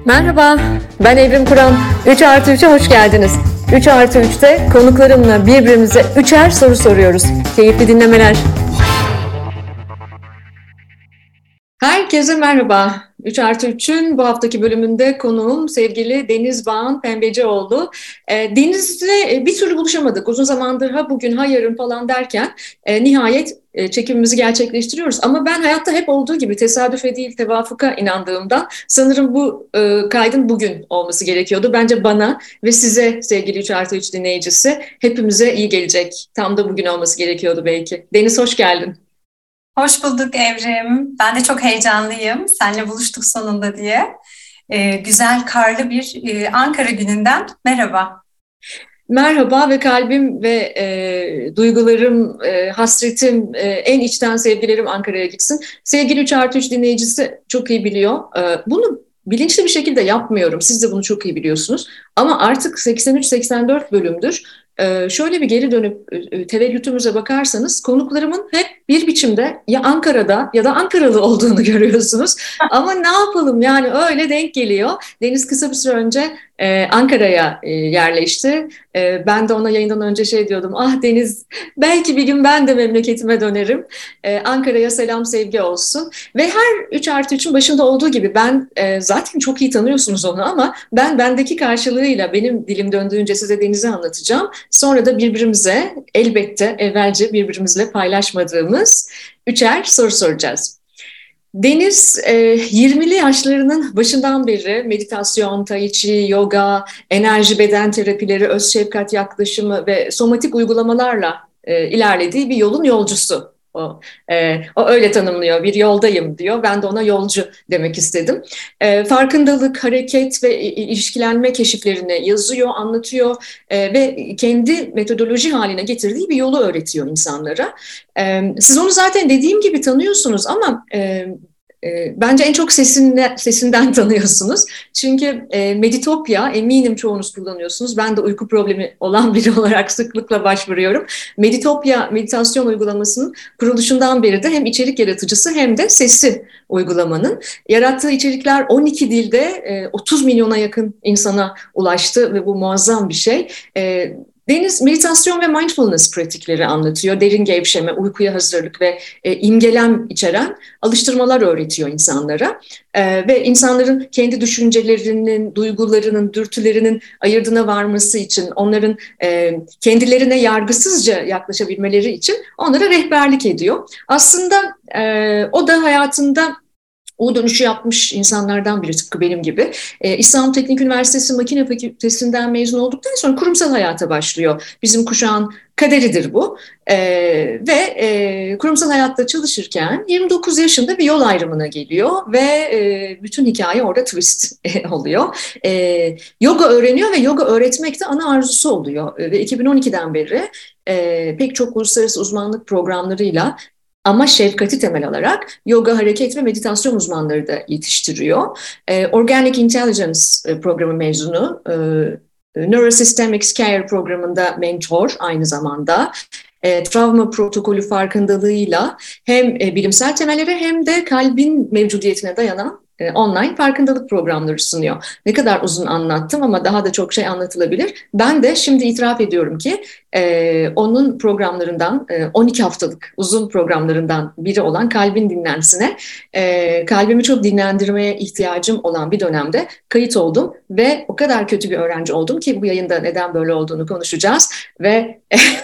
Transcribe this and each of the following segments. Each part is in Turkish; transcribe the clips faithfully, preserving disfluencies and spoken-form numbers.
Merhaba, ben Evrim Kur'an. üç artı üçe hoş geldiniz. üç artı üçte konuklarımla birbirimize üçer soru soruyoruz. Keyifli dinlemeler. Herkese merhaba. üç artı üçün bu haftaki bölümünde konuğum sevgili Deniz Bağan Pembecioğlu. E, Deniz'le bir türlü buluşamadık. Uzun zamandır ha bugün ha yarın falan derken e, nihayet e, çekimimizi gerçekleştiriyoruz. Ama ben hayatta hep olduğu gibi tesadüfe değil tevafuka inandığımdan sanırım bu e, kaydın bugün olması gerekiyordu. Bence bana ve size sevgili üç artı üç dinleyicisi hepimize iyi gelecek. Tam da bugün olması gerekiyordu belki. Deniz hoş geldin. Hoş bulduk Evrim. Ben de çok heyecanlıyım. Seninle buluştuk sonunda diye. Ee, güzel karlı bir e, Ankara gününden merhaba. Merhaba ve kalbim ve e, duygularım, e, hasretim, e, en içten sevgilerim Ankara'ya gitsin. Sevgili üç artı üç dinleyicisi çok iyi biliyor. E, bunu bilinçli bir şekilde yapmıyorum. Siz de bunu çok iyi biliyorsunuz. Ama artık seksen üç seksen dört bölümdür. E, şöyle bir geri dönüp e, tevellütümüze bakarsanız konuklarımın hep bir biçimde ya Ankara'da ya da Ankaralı olduğunu görüyorsunuz. Ama ne yapalım yani öyle denk geliyor. Deniz kısa bir süre önce e, Ankara'ya e, yerleşti. E, ben de ona yayından önce şey diyordum. Ah Deniz, belki bir gün ben de memleketime dönerim. E, Ankara'ya selam sevgi olsun. Ve her üç artı üçün başında olduğu gibi ben e, zaten çok iyi tanıyorsunuz onu ama ben bendeki karşılığıyla benim dilim döndüğünce size Deniz'i anlatacağım. Sonra da birbirimize elbette evvelce birbirimizle paylaşmadığımız üçer soru soracağız. Deniz e, yirmili yaşlarının başından beri meditasyon, tai chi, yoga, enerji beden terapileri, öz şefkat yaklaşımı ve somatik uygulamalarla e, ilerlediği bir yolun yolcusu. O, e, o öyle tanımlıyor, bir yoldayım diyor. Ben de ona yolcu demek istedim. E, farkındalık, hareket ve ilişkilenme keşiflerini yazıyor, anlatıyor e, ve kendi metodoloji haline getirdiği bir yolu öğretiyor insanlara. E, siz onu zaten dediğim gibi tanıyorsunuz ama e, e, bence en çok sesinden, sesinden tanıyorsunuz. Çünkü e, Meditopya eminim çoğunuz kullanıyorsunuz. Ben de uyku problemi olan biri olarak sıklıkla başvuruyorum. Meditopya meditasyon uygulamasının kuruluşundan beri de hem içerik yaratıcısı hem de sesi uygulamanın. Yarattığı içerikler on iki dilde e, otuz milyona yakın insana ulaştı ve bu muazzam bir şey. E, Deniz meditasyon ve mindfulness pratikleri anlatıyor. Derin gevşeme, uykuya hazırlık ve e, imgelem içeren alıştırmalar öğretiyor insanlara. E, ve insanların kendi düşüncelerinin, duygularının, dürtülerinin ayırdına varması için, onların e, kendilerine yargısızca yaklaşabilmeleri için onlara rehberlik ediyor. Aslında e, o da hayatında o dönüşü yapmış insanlardan biri tıpkı benim gibi. Ee, İstanbul Teknik Üniversitesi Makine Fakültesinden mezun olduktan sonra kurumsal hayata başlıyor. Bizim kuşağın kaderidir bu. Ee, ve e, kurumsal hayatta çalışırken yirmi dokuz yaşında bir yol ayrımına geliyor ve e, bütün hikaye orada twist oluyor. E, yoga öğreniyor ve yoga öğretmek de ana arzusu oluyor. Ve iki bin on ikiden beri e, pek çok uluslararası uzmanlık programlarıyla ama şefkati temel alarak yoga, hareket ve meditasyon uzmanları da yetiştiriyor. E, Organic Intelligence programı mezunu, e, Neurosystemics Care programında mentor aynı zamanda. E, travma protokolü farkındalığıyla hem e, bilimsel temellere hem de kalbin mevcudiyetine dayanan e, online farkındalık programları sunuyor. Ne kadar uzun anlattım ama daha da çok şey anlatılabilir. Ben de şimdi itiraf ediyorum ki e, onun programlarından e, on iki haftalık uzun programlarından biri olan Kalbin Dinlensine e, kalbimi çok dinlendirmeye ihtiyacım olan bir dönemde kayıt oldum ve o kadar kötü bir öğrenci oldum ki bu yayında neden böyle olduğunu konuşacağız ve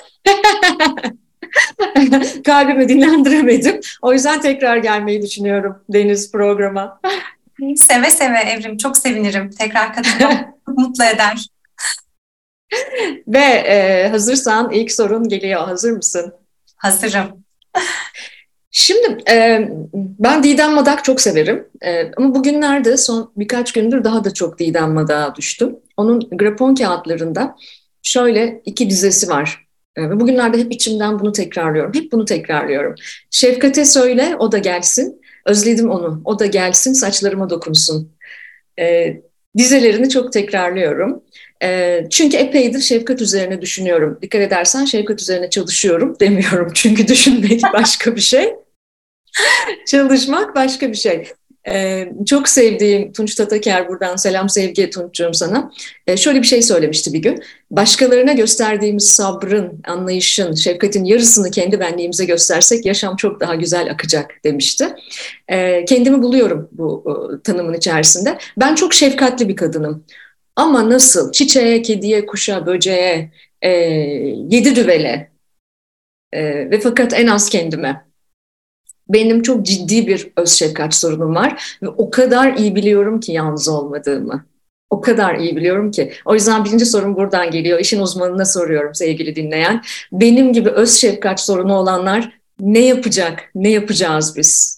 kalbimi dinlendiremedim. O yüzden tekrar gelmeyi düşünüyorum Deniz programa. Seve seve Evrim. Çok sevinirim. Tekrar katılmak çok mutlu eder. Ve e, hazırsan ilk sorun geliyor. Hazır mısın? Hazırım. Şimdi e, ben Didem Madak çok severim. E, ama bugünlerde son birkaç gündür daha da çok Didem Madak'a düştüm. Onun grafon kağıtlarında şöyle iki dizesi var. E, ve bugünlerde hep içimden bunu tekrarlıyorum. Hep bunu tekrarlıyorum. Şefkate söyle, o da gelsin. Özledim onu, o da gelsin, saçlarıma dokunsun. E, dizelerini çok tekrarlıyorum. E, çünkü epeydir şefkat üzerine düşünüyorum. Dikkat edersen şefkat üzerine çalışıyorum demiyorum. Çünkü düşünmek başka bir şey. Çalışmak başka bir şey. Ee, çok sevdiğim Tunç Tataker, buradan selam sevgi Tunç'cuğum sana. Ee, şöyle bir şey söylemişti bir gün. Başkalarına gösterdiğimiz sabrın, anlayışın, şefkatin yarısını kendi benliğimize göstersek yaşam çok daha güzel akacak demişti. Ee, kendimi buluyorum bu o, tanımın içerisinde. Ben çok şefkatli bir kadınım. Ama nasıl? Çiçeğe, kediye, kuşa, böceğe, e, yedi düvele e, ve fakat en az kendime. Benim çok ciddi bir öz şefkat sorunum var ve o kadar iyi biliyorum ki yalnız olmadığımı. O kadar iyi biliyorum ki. O yüzden birinci sorum buradan geliyor. İşin uzmanına soruyorum sevgili dinleyen. Benim gibi öz şefkat sorunu olanlar ne yapacak? Ne yapacağız biz?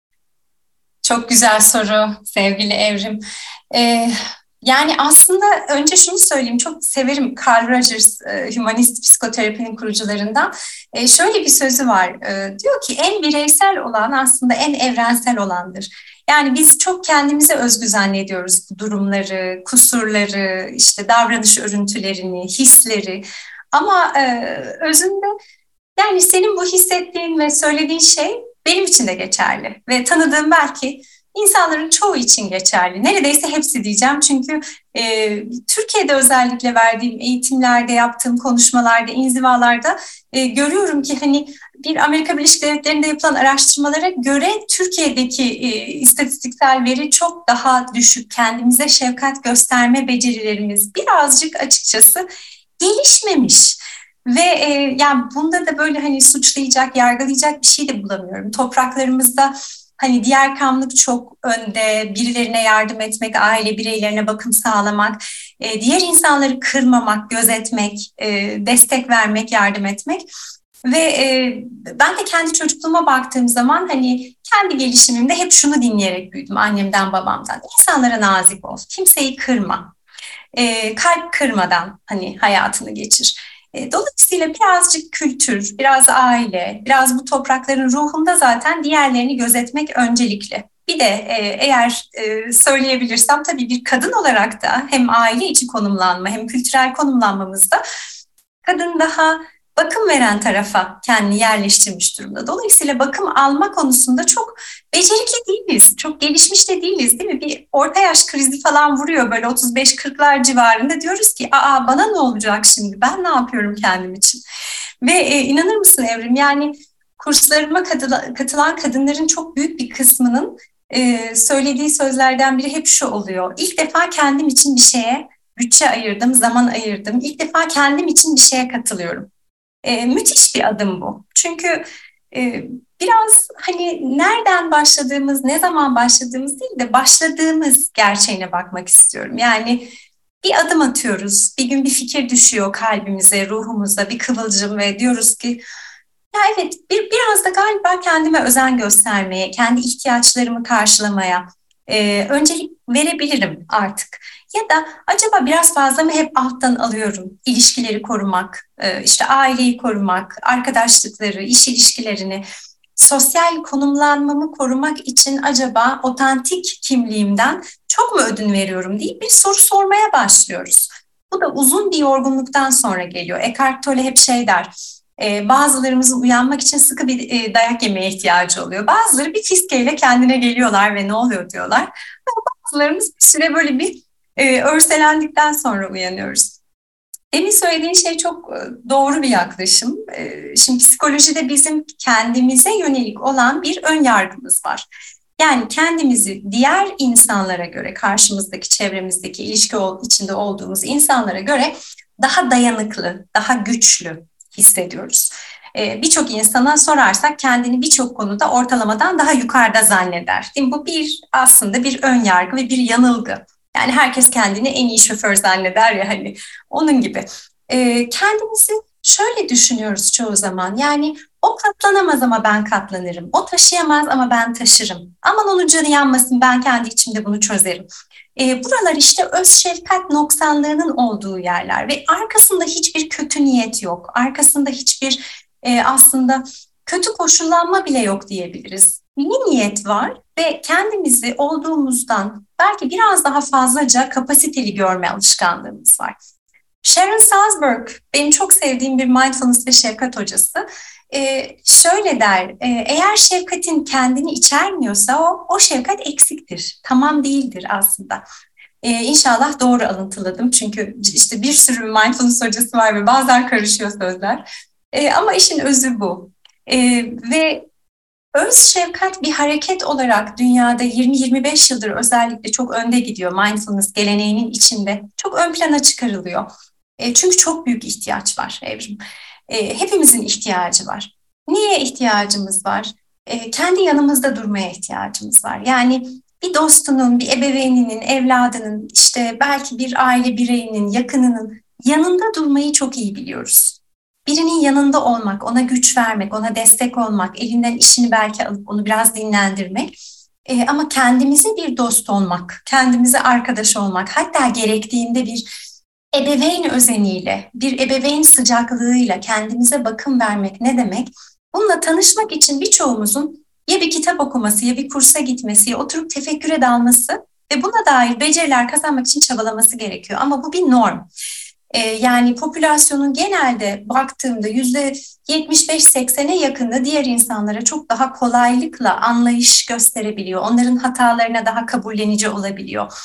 Çok güzel soru sevgili Evrim. Ee, yani aslında önce şunu söyleyeyim, çok severim Carl Rogers, e, hümanist psikoterapinin kurucularından. E, şöyle bir sözü var, e, diyor ki en bireysel olan aslında en evrensel olandır. Yani biz çok kendimize özgü zannediyoruz bu durumları, kusurları, işte davranış örüntülerini, hisleri. Ama e, özünde yani senin bu hissettiğin ve söylediğin şey benim için de geçerli ve tanıdığım belki insanların çoğu için geçerli. Neredeyse hepsi diyeceğim çünkü e, Türkiye'de özellikle verdiğim eğitimlerde, yaptığım konuşmalarda, inzivalarda e, görüyorum ki hani bir Amerika Birleşik Devletleri'nde yapılan araştırmalara göre Türkiye'deki e, istatistiksel veri çok daha düşük. Kendimize şefkat gösterme becerilerimiz birazcık açıkçası gelişmemiş. Ve e, yani bunda da böyle hani suçlayacak, yargılayacak bir şey de bulamıyorum. Topraklarımızda hani diğer kamlık çok önde, birilerine yardım etmek, aile bireylerine bakım sağlamak, e, diğer insanları kırmamak, gözetmek, e, destek vermek, yardım etmek. Ve e, ben de kendi çocukluğuma baktığım zaman hani kendi gelişimimde hep şunu dinleyerek büyüdüm annemden babamdan. İnsanlara nazik ol, kimseyi kırma, e, kalp kırmadan hani hayatını geçir. Dolayısıyla birazcık kültür, biraz aile, biraz bu toprakların ruhunda zaten diğerlerini gözetmek öncelikli. Bir de e, eğer e, söyleyebilirsem tabii bir kadın olarak da hem aile içi konumlanma hem kültürel konumlanmamızda kadın daha bakım veren tarafa kendini yerleştirmiş durumda. Dolayısıyla bakım alma konusunda çok becerikli değiliz, çok gelişmiş de değiliz değil mi? Bir orta yaş krizi falan vuruyor böyle otuz beş kırklar civarında. Diyoruz ki aa bana ne olacak şimdi, ben ne yapıyorum kendim için? Ve e, inanır mısın Evrim, yani kurslarıma katılan, katılan kadınların çok büyük bir kısmının e, söylediği sözlerden biri hep şu oluyor. İlk defa kendim için bir şeye bütçe ayırdım, zaman ayırdım. İlk defa kendim için bir şeye katılıyorum. E, müthiş bir adım bu. Çünkü e, biraz hani nereden başladığımız, ne zaman başladığımız değil de başladığımız gerçeğine bakmak istiyorum. Yani bir adım atıyoruz, bir gün bir fikir düşüyor kalbimize, ruhumuza, bir kıvılcım ve diyoruz ki ya evet bir, biraz da galiba kendime özen göstermeye, kendi ihtiyaçlarımı karşılamaya e, öncelik verebilirim artık. Ya da acaba biraz fazla mı hep alttan alıyorum? İlişkileri korumak, e, işte aileyi korumak, arkadaşlıkları, iş ilişkilerini, sosyal konumlanmamı korumak için acaba otantik kimliğimden çok mu ödün veriyorum diye bir soru sormaya başlıyoruz. Bu da uzun bir yorgunluktan sonra geliyor. Eckhart Tolle hep şey der, e, bazılarımızın uyanmak için sıkı bir e, dayak yemeye ihtiyacı oluyor. Bazıları bir fiskeyle kendine geliyorlar ve ne oluyor diyorlar. Bazılarımız bir süre böyle bir e, örselendikten sonra uyanıyoruz. Demin söylediğin şey çok doğru bir yaklaşım. Şimdi psikolojide bizim kendimize yönelik olan bir ön yargımız var. Yani kendimizi diğer insanlara göre, karşımızdaki, çevremizdeki, ilişki içinde olduğumuz insanlara göre daha dayanıklı, daha güçlü hissediyoruz. Birçok insana sorarsak kendini birçok konuda ortalamadan daha yukarıda zanneder. Değil mi? Bu bir aslında bir ön yargı ve bir yanılgı. Yani herkes kendini en iyi şoför zanneder ya hani onun gibi. E, kendimizi şöyle düşünüyoruz çoğu zaman. Yani o katlanamaz ama ben katlanırım. O taşıyamaz ama ben taşırım. Aman onun canı yanmasın, ben kendi içimde bunu çözerim. E, buralar işte öz şefkat noksanlığının olduğu yerler ve arkasında hiçbir kötü niyet yok. Arkasında hiçbir e, aslında kötü koşullanma bile yok diyebiliriz. İyi niyet var ve kendimizi olduğumuzdan belki biraz daha fazlaca kapasiteli görme alışkanlığımız var. Sharon Salzberg, benim çok sevdiğim bir mindfulness ve şefkat hocası. e, şöyle der, e, eğer şefkatin kendini içermiyorsa o, o şefkat eksiktir, tamam değildir aslında. Ee, İnşallah doğru alıntıladım çünkü işte bir sürü mindfulness hocası var ve bazen karışıyor sözler. Ee, ama işin özü bu. Ee, ve öz şefkat bir hareket olarak dünyada yirmi yirmi beş yıldır özellikle çok önde gidiyor. Mindfulness geleneğinin içinde çok ön plana çıkarılıyor. E, çünkü çok büyük ihtiyaç var Evrim. E, hepimizin ihtiyacı var. Niye ihtiyacımız var? E, kendi yanımızda durmaya ihtiyacımız var. Yani bir dostunun, bir ebeveyninin, evladının, işte belki bir aile bireyinin, yakınının yanında durmayı çok iyi biliyoruz. Birinin yanında olmak, ona güç vermek, ona destek olmak, elinden işini belki alıp onu biraz dinlendirmek. E, ama kendimize bir dost olmak, kendimize arkadaş olmak, hatta gerektiğinde bir ebeveyn özeniyle, bir ebeveyn sıcaklığıyla kendimize bakım vermek ne demek? Bununla tanışmak için birçoğumuzun ya bir kitap okuması, ya bir kursa gitmesi, ya oturup tefekküre dalması ve buna dair beceriler kazanmak için çabalaması gerekiyor. Ama bu bir norm. Ee, yani popülasyonun genelde baktığımda yüzde yetmiş beş seksene yakını diğer insanlara çok daha kolaylıkla anlayış gösterebiliyor. Onların hatalarına daha kabullenici olabiliyor.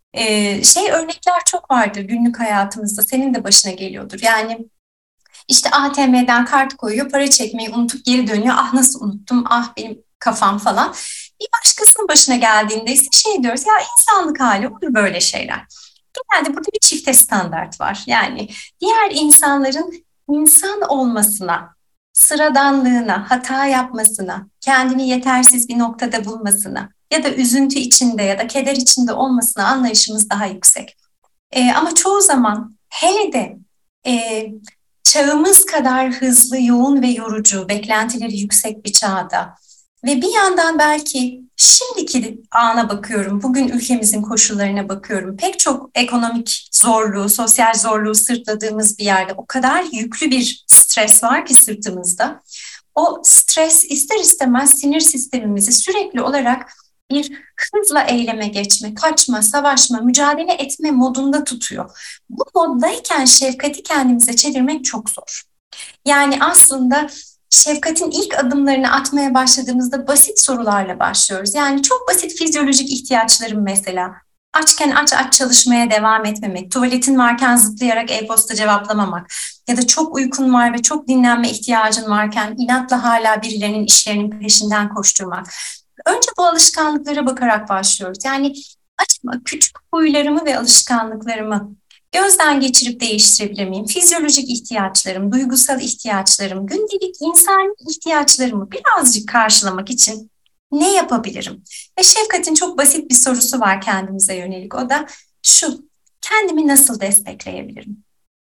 Ee, şey örnekler çok vardır günlük hayatımızda, senin de başına geliyordur. Yani işte A T M'den kart koyuyor, para çekmeyi unutup geri dönüyor. Ah nasıl unuttum, ah benim kafam falan. Bir başkasının başına geldiğinde ise şey diyoruz ya, insanlık hali, olur böyle şeyler. Genelde burada bir çifte standart var. Yani diğer insanların insan olmasına, sıradanlığına, hata yapmasına, kendini yetersiz bir noktada bulmasına ya da üzüntü içinde ya da keder içinde olmasına anlayışımız daha yüksek. Ee, ama çoğu zaman hele de e, çağımız kadar hızlı, yoğun ve yorucu, beklentileri yüksek bir çağda ve bir yandan belki şimdiki ana bakıyorum, bugün ülkemizin koşullarına bakıyorum. Pek çok ekonomik zorluğu, sosyal zorluğu sırtladığımız bir yerde o kadar yüklü bir stres var ki sırtımızda. O stres ister istemez sinir sistemimizi sürekli olarak bir hızla eyleme geçme, kaçma, savaşma, mücadele etme modunda tutuyor. Bu moddayken şefkati kendimize çevirmek çok zor. Yani aslında şefkatin ilk adımlarını atmaya başladığımızda basit sorularla başlıyoruz. Yani çok basit fizyolojik ihtiyaçlarım mesela. Açken aç aç çalışmaya devam etmemek, tuvaletin varken zıplayarak e-posta cevaplamamak ya da çok uykun var ve çok dinlenme ihtiyacın varken inatla hala birilerinin işlerinin peşinden koşturmak. Önce bu alışkanlıklara bakarak başlıyoruz. Yani acaba küçük huylarımı ve alışkanlıklarımı gözden geçirip değiştirebilir miyim? Fizyolojik ihtiyaçlarım, duygusal ihtiyaçlarım, gündelik insani ihtiyaçlarımı birazcık karşılamak için ne yapabilirim? Ve şefkatin çok basit bir sorusu var kendimize yönelik. O da şu: kendimi nasıl destekleyebilirim?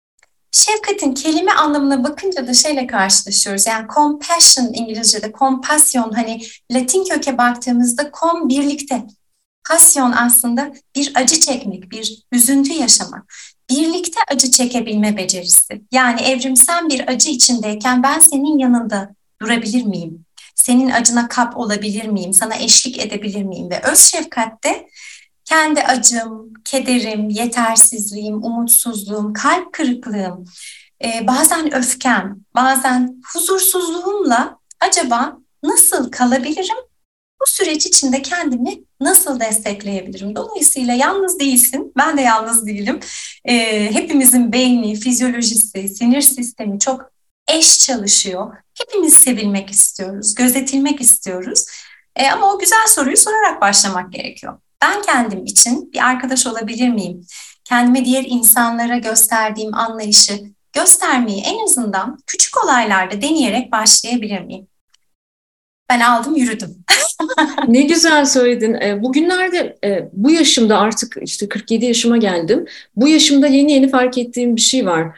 Şefkatin kelime anlamına bakınca da şeyle karşılaşıyoruz. Yani compassion, İngilizce'de compassion, hani Latin köke baktığımızda com birlikte. Passion aslında bir acı çekmek, bir üzüntü yaşamak. Birlikte acı çekebilme becerisi. Yani Evrim, sen bir acı içindeyken ben senin yanında durabilir miyim? Senin acına kap olabilir miyim? Sana eşlik edebilir miyim? Ve öz şefkatte kendi acım, kederim, yetersizliğim, umutsuzluğum, kalp kırıklığım, e, bazen öfkem, bazen huzursuzluğumla acaba nasıl kalabilirim? Bu süreç içinde kendimi nasıl destekleyebilirim? Dolayısıyla yalnız değilsin, ben de yalnız değilim. E, hepimizin beyni, fizyolojisi, sinir sistemi çok eş çalışıyor. Hepimiz sevilmek istiyoruz, gözetilmek istiyoruz. E, ama o güzel soruyu sorarak başlamak gerekiyor. Ben kendim için bir arkadaş olabilir miyim? Kendime diğer insanlara gösterdiğim anlayışı göstermeyi en azından küçük olaylarda deneyerek başlayabilir miyim? Ben aldım, yürüdüm. Ne güzel söyledin. Bugünlerde bu yaşımda, artık işte kırk yedi yaşıma geldim. Bu yaşımda yeni yeni fark ettiğim bir şey var.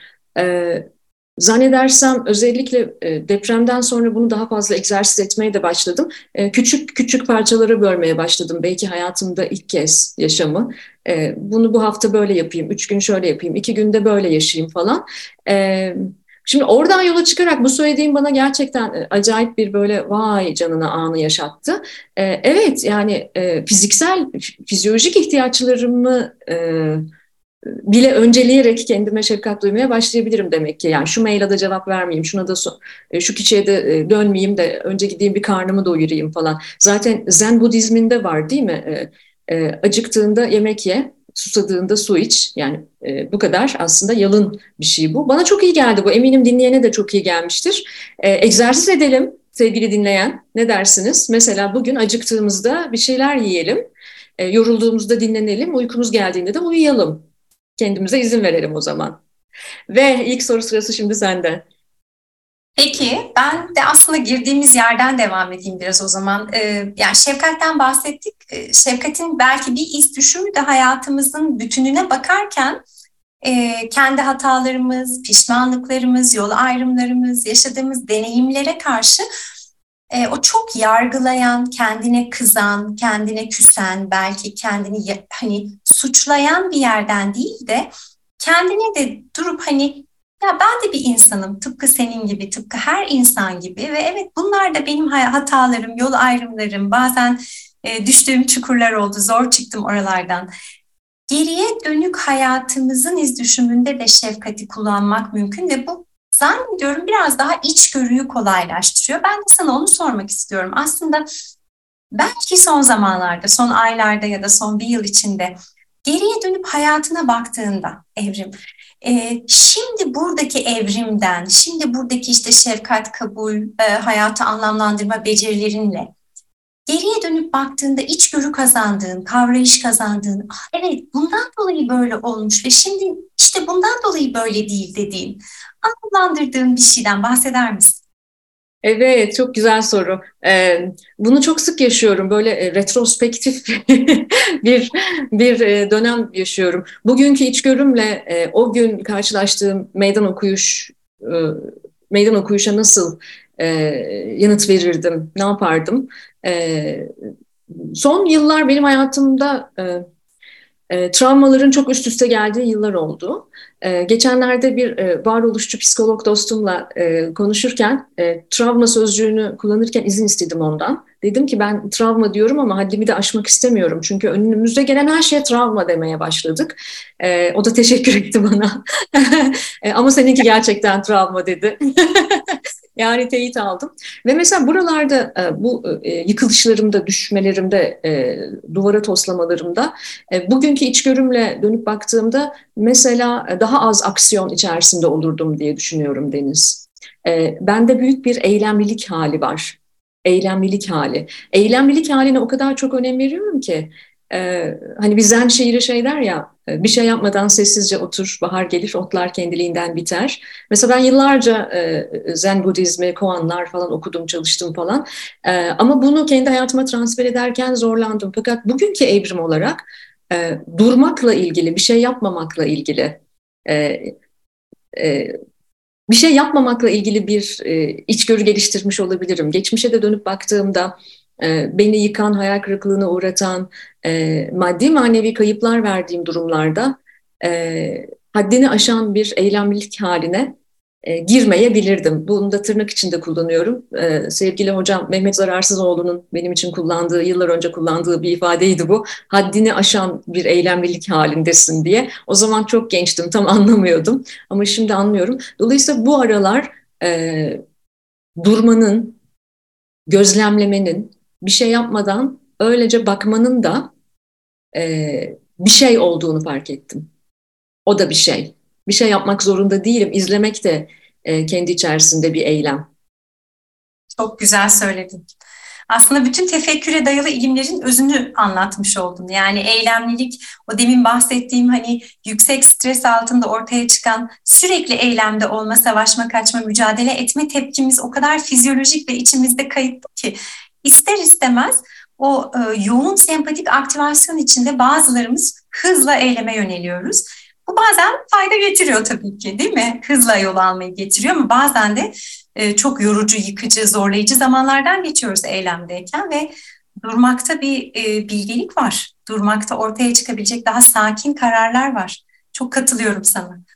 Zannedersem özellikle depremden sonra bunu daha fazla egzersiz etmeye de başladım. Küçük küçük parçalara bölmeye başladım. Belki hayatımda ilk kez yaşamı. Bunu bu hafta böyle yapayım, üç gün şöyle yapayım, iki günde böyle yaşayayım falan. Şimdi oradan yola çıkarak bu söylediğim bana gerçekten acayip bir böyle vay canına anı yaşattı. Evet, yani fiziksel, fizyolojik ihtiyaçlarımı bile önceleyerek kendime şefkat duymaya başlayabilirim demek ki. Yani şu maile de cevap vermeyeyim, şuna da so- e, şu kişiye de e, dönmeyeyim de önce gideyim bir karnımı doyurayım falan. Zaten Zen Budizminde var değil mi? E, e, acıktığında yemek ye, susadığında su iç. Yani e, bu kadar aslında yalın bir şey bu. Bana çok iyi geldi bu. Eminim dinleyene de çok iyi gelmiştir. E, egzersiz edelim sevgili dinleyen. Ne dersiniz? Mesela bugün acıktığımızda bir şeyler yiyelim. E, yorulduğumuzda dinlenelim, uykumuz geldiğinde de uyuyalım. Kendimize izin verelim o zaman. Ve ilk soru sırası şimdi sende. Peki, ben de aslında girdiğimiz yerden devam edeyim biraz o zaman. Ee, yani şefkatten bahsettik. Ee, şefkatin belki bir iz düşümü de hayatımızın bütününe bakarken e, kendi hatalarımız, pişmanlıklarımız, yol ayrımlarımız, yaşadığımız deneyimlere karşı e, o çok yargılayan, kendine kızan, kendine küsen, belki kendini ya- hani suçlayan bir yerden değil de kendine de durup hani ya ben de bir insanım tıpkı senin gibi, tıpkı her insan gibi ve evet bunlar da benim hay- hatalarım, yol ayrımlarım, bazen e, düştüğüm çukurlar oldu, zor çıktım oralardan. Geriye dönük hayatımızın iz düşümünde de şefkati kullanmak mümkün ve bu zannediyorum biraz daha içgörüyü kolaylaştırıyor. Ben de sana onu sormak istiyorum. Aslında belki son zamanlarda, son aylarda ya da son bir yıl içinde geriye dönüp hayatına baktığında Evrim, e, şimdi buradaki evrimden, şimdi buradaki işte şefkat, kabul, e, hayatı anlamlandırma becerilerinle geriye dönüp baktığında içgörü kazandığın, kavrayış kazandığın, ah, evet bundan dolayı böyle olmuş ve şimdi işte bundan dolayı böyle değil dediğin, anlamlandırdığın bir şeyden bahseder misin? Evet, çok güzel soru. Ee, bunu çok sık yaşıyorum. Böyle e, retrospektif bir bir e, dönem yaşıyorum. Bugünkü içgörümle e, o gün karşılaştığım meydan okuyuş e, meydan okuyuşa nasıl e, yanıt verirdim, ne yapardım? E, son yıllar benim hayatımda e, E, travmaların çok üst üste geldiği yıllar oldu. E, geçenlerde bir e, varoluşçu psikolog dostumla e, konuşurken e, travma sözcüğünü kullanırken izin istedim ondan. Dedim ki ben travma diyorum ama haddimi de aşmak istemiyorum. Çünkü önümüzde gelen her şeye travma demeye başladık. E, o da teşekkür etti bana. E, ama seninki gerçekten travma dedi. Yani teyit aldım. Ve mesela buralarda e, bu e, yıkılışlarımda, düşmelerimde, e, duvara toslamalarımda e, bugünkü içgörümle dönüp baktığımda mesela e, daha az aksiyon içerisinde olurdum diye düşünüyorum Deniz. E, bende büyük bir eylemlilik hali var. Eylemlilik hali. Eylemlilik haline o kadar çok önem veriyorum ki. E, hani bir zen şiiri şey der ya, e, bir şey yapmadan sessizce otur, bahar gelir, otlar kendiliğinden biter. Mesela ben yıllarca e, Zen Budizmi, koanlar falan okudum, çalıştım falan. E, ama bunu kendi hayatıma transfer ederken zorlandım. Fakat bugünkü evrim olarak e, durmakla ilgili, bir şey yapmamakla ilgili, e, e, bir şey yapmamakla ilgili bir e, içgörü geliştirmiş olabilirim. Geçmişe de dönüp baktığımda e, beni yıkan, hayal kırıklığına uğratan, e, maddi manevi kayıplar verdiğim durumlarda e, haddini aşan bir eylemlilik haline e, girmeyebilirdim. Bunu da tırnak içinde kullanıyorum. E, sevgili hocam Mehmet Zararsızoğlu'nun benim için kullandığı, yıllar önce kullandığı bir ifadeydi bu. Haddini aşan bir eylemlilik halindesin diye. O zaman çok gençtim, tam anlamıyordum. Ama şimdi anlıyorum. Dolayısıyla bu aralar e, durmanın, gözlemlemenin, bir şey yapmadan öylece bakmanın da e, bir şey olduğunu fark ettim. O da bir şey. Bir şey yapmak zorunda değilim. İzlemek de e, kendi içerisinde bir eylem. Çok güzel söyledin. Aslında bütün tefekküre dayalı ilimlerin özünü anlatmış oldun. Yani eylemlilik, o demin bahsettiğim hani yüksek stres altında ortaya çıkan sürekli eylemde olma, savaşma, kaçma, mücadele etme tepkimiz o kadar fizyolojik ve içimizde kayıtlı ki ister istemez o e, yoğun sempatik aktivasyon içinde bazılarımız hızla eyleme yöneliyoruz. Bu bazen fayda getiriyor tabii ki, değil mi? Hızla yol almayı getiriyor ama bazen de e, çok yorucu, yıkıcı, zorlayıcı zamanlardan geçiyoruz eylemdeyken ve durmakta bir e, bilgelik var. Durmakta ortaya çıkabilecek daha sakin kararlar var. Çok katılıyorum sana.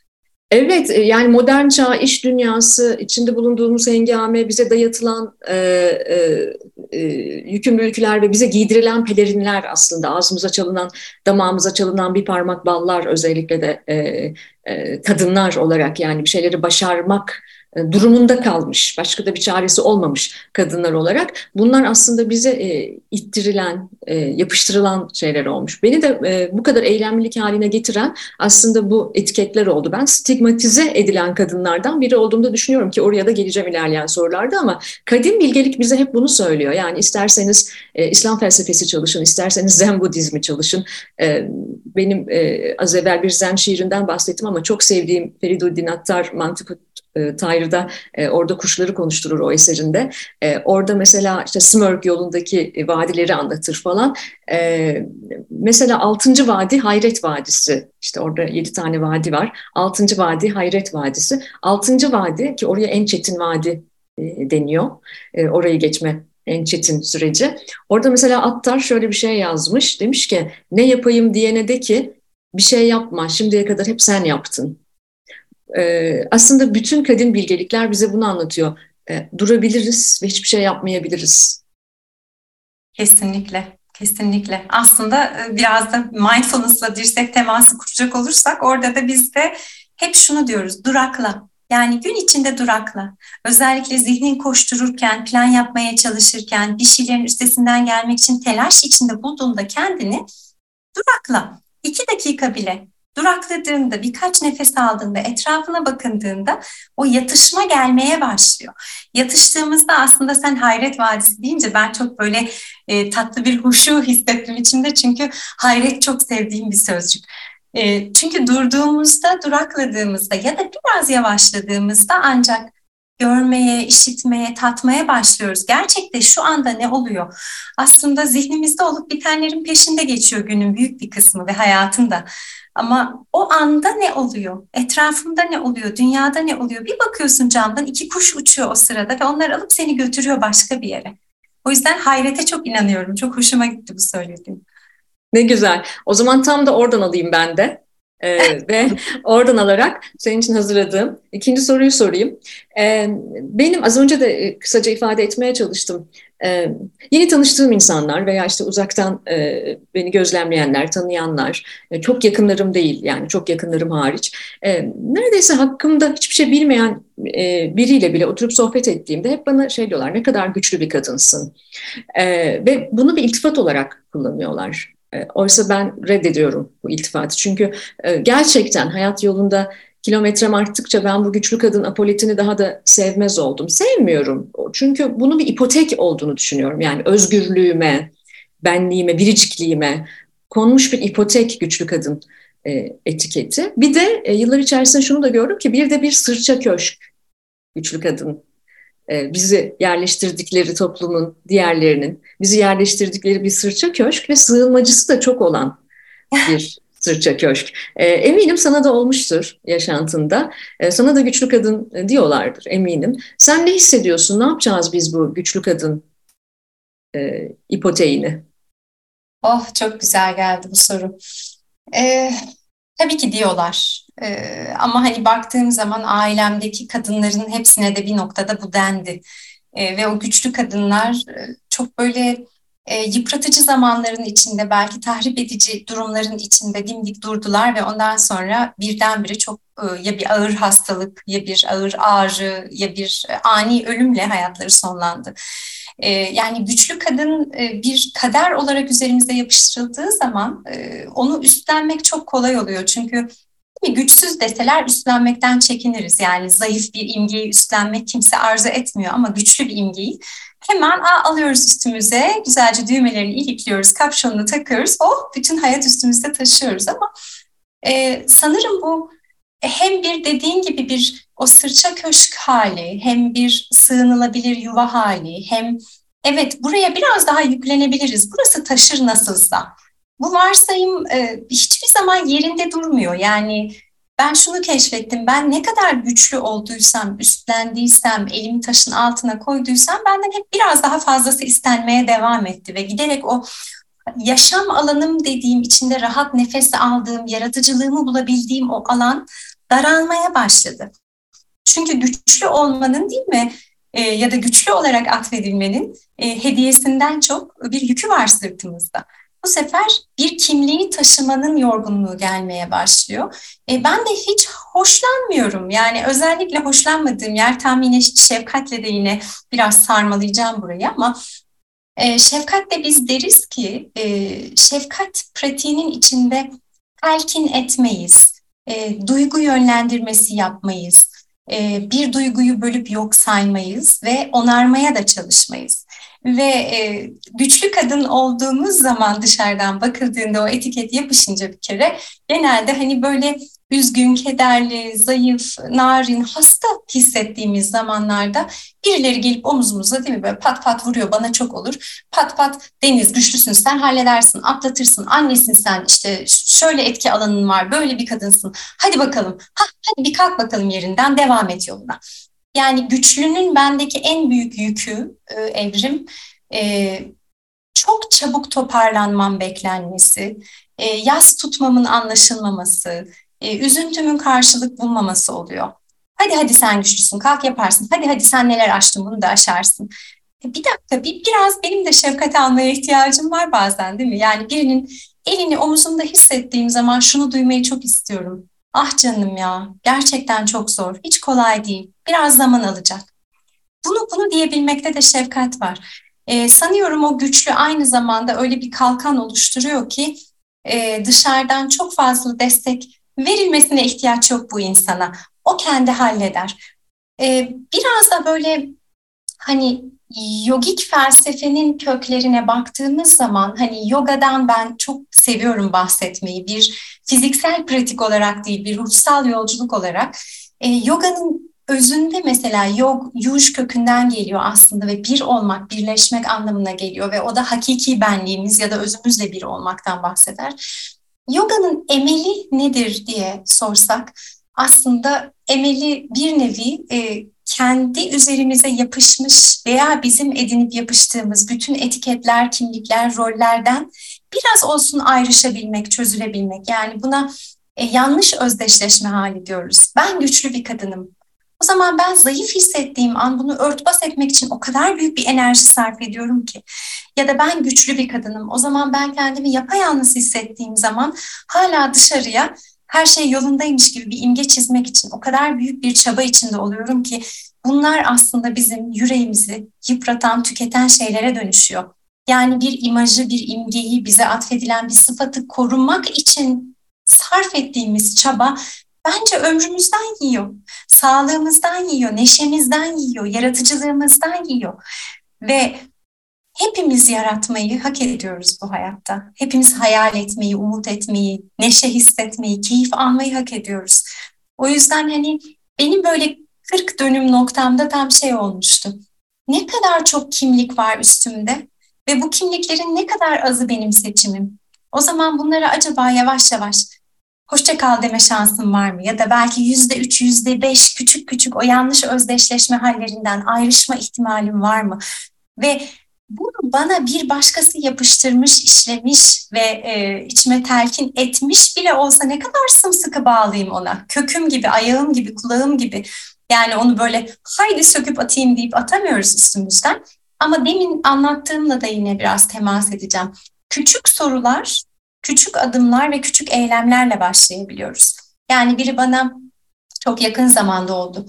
Evet, e, yani modern çağ, iş dünyası, içinde bulunduğumuz hengame, bize dayatılan e, e, e, yükümlülükler ve bize giydirilen pelerinler, aslında ağzımıza çalınan, damağımıza çalınan bir parmak ballar, özellikle de e, e, kadınlar olarak, yani bir şeyleri başarmak e, durumunda kalmış, başka da bir çaresi olmamış kadınlar olarak. Bunlar aslında bize e, ittirilen, e, yapıştırılan şeyler olmuş. Beni de e, bu kadar eylemlilik haline getiren aslında bu etiketler oldu. Ben stigmatize edilen kadınlardan biri olduğumda düşünüyorum ki oraya da geleceğim ilerleyen sorularda, ama kadim bilgelik bize hep bunu söylüyor. Yani isterseniz e, İslam felsefesi çalışın, isterseniz Zen Budizmi çalışın. E, benim e, az evvel bir Zen şiirinden bahsettim ama çok sevdiğim Feriduddin Attar Mantık e, Tayrı'da e, orada kuşları konuşturur o eserinde. E, orada mesela işte Smörk yolundaki e, vadileri anlatır falan. E, mesela altıncı vadi Hayret Vadisi. İşte orada yedi tane vadi var. Altıncı vadi Hayret Vadisi. Altıncı vadi, ki oraya en çetin vadi e, deniyor. E, orayı geçme en çetin süreci. Orada mesela Attar şöyle bir şey yazmış. Demiş ki, ne yapayım diyene de ki bir şey yapma, şimdiye kadar hep sen yaptın. Ee, aslında bütün kadın bilgelikler bize bunu anlatıyor. Ee, durabiliriz ve hiçbir şey yapmayabiliriz. Kesinlikle, kesinlikle. Aslında e, biraz da mindfulness'la dirsek teması kuracak olursak orada da biz de hep şunu diyoruz, durakla. Yani gün içinde durakla. Özellikle zihnin koştururken, plan yapmaya çalışırken, bir şeylerin üstesinden gelmek için telaş içinde bulduğunda kendini durakla. İki dakika bile durakladığında, birkaç nefes aldığında, etrafına bakındığında o yatışma gelmeye başlıyor. Yatıştığımızda aslında sen Hayret Vadisi deyince ben çok böyle e, tatlı bir huşu hissettim içimde. Çünkü hayret çok sevdiğim bir sözcük. E, çünkü durduğumuzda, durakladığımızda ya da biraz yavaşladığımızda ancak görmeye, işitmeye, tatmaya başlıyoruz. Gerçekte şu anda ne oluyor? Aslında zihnimizde olup bitenlerin peşinde geçiyor günün büyük bir kısmı ve hayatında. Ama o anda ne oluyor? Etrafımda ne oluyor? Dünyada ne oluyor? Bir bakıyorsun camdan iki kuş uçuyor o sırada ve onlar alıp seni götürüyor başka bir yere. O yüzden hayrete çok inanıyorum. Çok hoşuma gitti bu söylediğin. Ne güzel. O zaman tam da oradan alayım ben de. Ee, ve oradan alarak senin için hazırladığım ikinci soruyu sorayım. Ee, benim az önce de kısaca ifade etmeye çalıştım. Ee, yeni tanıştığım insanlar veya işte uzaktan e, beni gözlemleyenler, tanıyanlar, e, çok yakınlarım değil, yani çok yakınlarım hariç. E, neredeyse hakkımda hiçbir şey bilmeyen e, biriyle bile oturup sohbet ettiğimde hep bana şey diyorlar: ne kadar güçlü bir kadınsın. E, ve bunu bir iltifat olarak kullanıyorlar. E, oysa ben reddediyorum bu iltifatı. Çünkü e, gerçekten hayat yolunda kilometrem arttıkça ben bu güçlü kadın apoletini daha da sevmez oldum. Sevmiyorum. Çünkü bunun bir ipotek olduğunu düşünüyorum. Yani özgürlüğüme, benliğime, biricikliğime konmuş bir ipotek güçlü kadın e, etiketi. Bir de e, yıllar içerisinde şunu da gördüm ki, bir de bir sırça köşk güçlü kadın, e, bizi yerleştirdikleri toplumun diğerlerinin bizi yerleştirdikleri bir sırça köşk ve sığınmacısı da çok olan bir sırça köşk. E, eminim sana da olmuştur yaşantında. E, sana da güçlü kadın diyorlardır eminim. Sen ne hissediyorsun? Ne yapacağız biz bu güçlü kadın e, ipoteğini? Oh, çok güzel geldi bu soru. Ee, tabii ki diyorlar. Ee, ama hani baktığım zaman ailemdeki kadınların hepsine de bir noktada bu dendi. Ee, ve o güçlü kadınlar e, çok böyle e, yıpratıcı zamanların içinde, belki tahrip edici durumların içinde dimdik durdular ve ondan sonra birdenbire çok e, ya bir ağır hastalık, ya bir ağır ağrı, ya bir e, ani ölümle hayatları sonlandı. E, yani güçlü kadın e, bir kader olarak üzerimize yapıştırıldığı zaman e, onu üstlenmek çok kolay oluyor. Çünkü güçsüz deseler üstlenmekten çekiniriz. Yani zayıf bir imgeyi üstlenmek kimse arzu etmiyor ama güçlü bir imgeyi hemen a, alıyoruz üstümüze, güzelce düğmelerini ilikliyoruz, kapşonunu takıyoruz, oh bütün hayat üstümüzde taşıyoruz. Ama e, sanırım bu hem bir dediğin gibi bir o sırça köşk hali, hem bir sığınılabilir yuva hali, hem evet buraya biraz daha yüklenebiliriz, burası taşır nasılsa. Bu varsayım e, hiçbir zaman yerinde durmuyor. Yani ben şunu keşfettim, ben ne kadar güçlü olduysam, üstlendiysem, elimi taşın altına koyduysam benden hep biraz daha fazlası istenmeye devam etti ve giderek o yaşam alanım dediğim, içinde rahat nefes aldığım, yaratıcılığımı bulabildiğim o alan daralmaya başladı. Çünkü güçlü olmanın değil mi e, ya da güçlü olarak atfedilmenin e, hediyesinden çok bir yükü var sırtımızda. Bu sefer bir kimliği taşımanın yorgunluğu gelmeye başlıyor. E, ben de hiç hoşlanmıyorum. Yani özellikle hoşlanmadığım yer, tam yine şefkatle de yine biraz sarmalayacağım burayı ama e, şefkatle biz deriz ki e, şefkat pratiğinin içinde telkin etmeyiz, e, duygu yönlendirmesi yapmayız, e, bir duyguyu bölüp yok saymayız ve onarmaya da çalışmayız. Ve e, güçlü kadın olduğumuz zaman dışarıdan bakıldığında o etiket yapışınca bir kere genelde hani böyle üzgün, kederli, zayıf, narin, hasta hissettiğimiz zamanlarda birileri gelip omuzumuza değil mi böyle pat pat vuruyor, bana çok olur. Pat pat Deniz güçlüsün sen, halledersin, atlatırsın, annesin sen, işte şöyle etki alanın var, böyle bir kadınsın. Hadi bakalım, ha, hadi bir kalk bakalım yerinden, devam et yoluna. Yani güçlünün bendeki en büyük yükü e, Evrim, e, çok çabuk toparlanmam beklenmesi, e, yas tutmamın anlaşılmaması, e, üzüntümün karşılık bulmaması oluyor. Hadi hadi sen güçlüsün, kalk yaparsın. Hadi hadi sen neler aştın, bunu da aşarsın. E, bir dakika, bir, biraz benim de şefkat almaya ihtiyacım var bazen, değil mi? Yani birinin elini omuzumda hissettiğim zaman şunu duymayı çok istiyorum. Ah canım ya, gerçekten çok zor, hiç kolay değil, biraz zaman alacak. Bunu bunu diyebilmekte de şefkat var. Ee, sanıyorum o güçlü aynı zamanda öyle bir kalkan oluşturuyor ki e, dışarıdan çok fazla destek verilmesine ihtiyaç yok bu insana. O kendi halleder. Ee, biraz da böyle hani yogik felsefenin köklerine baktığımız zaman, hani yogadan ben çok seviyorum bahsetmeyi, bir fiziksel pratik olarak değil, bir ruhsal yolculuk olarak. E, yoganın özünde mesela yog, yuj kökünden geliyor aslında ve bir olmak, birleşmek anlamına geliyor ve o da hakiki benliğimiz ya da özümüzle bir olmaktan bahseder. Yoganın emeli nedir diye sorsak, aslında emeli bir nevi e, kendi üzerimize yapışmış veya bizim edinip yapıştığımız bütün etiketler, kimlikler, rollerden biraz olsun ayrışabilmek, çözülebilmek. Yani buna e, yanlış özdeşleşme hali diyoruz. Ben güçlü bir kadınım. O zaman ben zayıf hissettiğim an bunu örtbas etmek için o kadar büyük bir enerji sarf ediyorum ki. Ya da ben güçlü bir kadınım. O zaman ben kendimi yapayalnız hissettiğim zaman hala dışarıya her şey yolundaymış gibi bir imge çizmek için o kadar büyük bir çaba içinde oluyorum ki bunlar aslında bizim yüreğimizi yıpratan, tüketen şeylere dönüşüyor. Yani bir imajı, bir imgeyi, bize atfedilen bir sıfatı korumak için sarf ettiğimiz çaba bence ömrümüzden yiyor, sağlığımızdan yiyor, neşemizden yiyor, yaratıcılığımızdan yiyor. Ve hepimiz yaratmayı hak ediyoruz bu hayatta. Hepimiz hayal etmeyi, umut etmeyi, neşe hissetmeyi, keyif almayı hak ediyoruz. O yüzden hani benim böyle kırk dönüm noktamda tam şey olmuştu. Ne kadar çok kimlik var üstümde ve bu kimliklerin ne kadar azı benim seçimim. O zaman bunlara acaba yavaş yavaş hoşça kal deme şansım var mı? Ya da belki yüzde üç, yüzde beş küçük küçük o yanlış özdeşleşme hallerinden ayrışma ihtimalim var mı? Ve bunu bana bir başkası yapıştırmış, işlemiş ve e, içime telkin etmiş bile olsa ne kadar sımsıkı bağlıyım ona. Köküm gibi, ayağım gibi, kulağım gibi. Yani onu böyle haydi söküp atayım deyip atamıyoruz üstümüzden. Ama demin anlattığımla da yine biraz temas edeceğim. Küçük sorular, küçük adımlar ve küçük eylemlerle başlayabiliyoruz. Yani biri bana çok yakın zamanda oldu.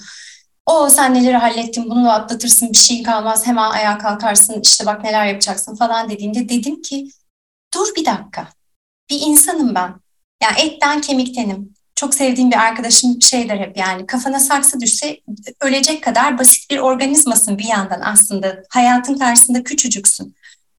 O sen neleri hallettin, bunu da atlatırsın, bir şeyin kalmaz, hemen ayağa kalkarsın, işte bak neler yapacaksın falan dediğinde dedim ki dur bir dakika, bir insanım ben. Yani etten kemiktenim. Çok sevdiğim bir arkadaşım şey der hep, yani kafana saksı düşse ölecek kadar basit bir organizmasın bir yandan aslında. Hayatın karşısında küçücüksün.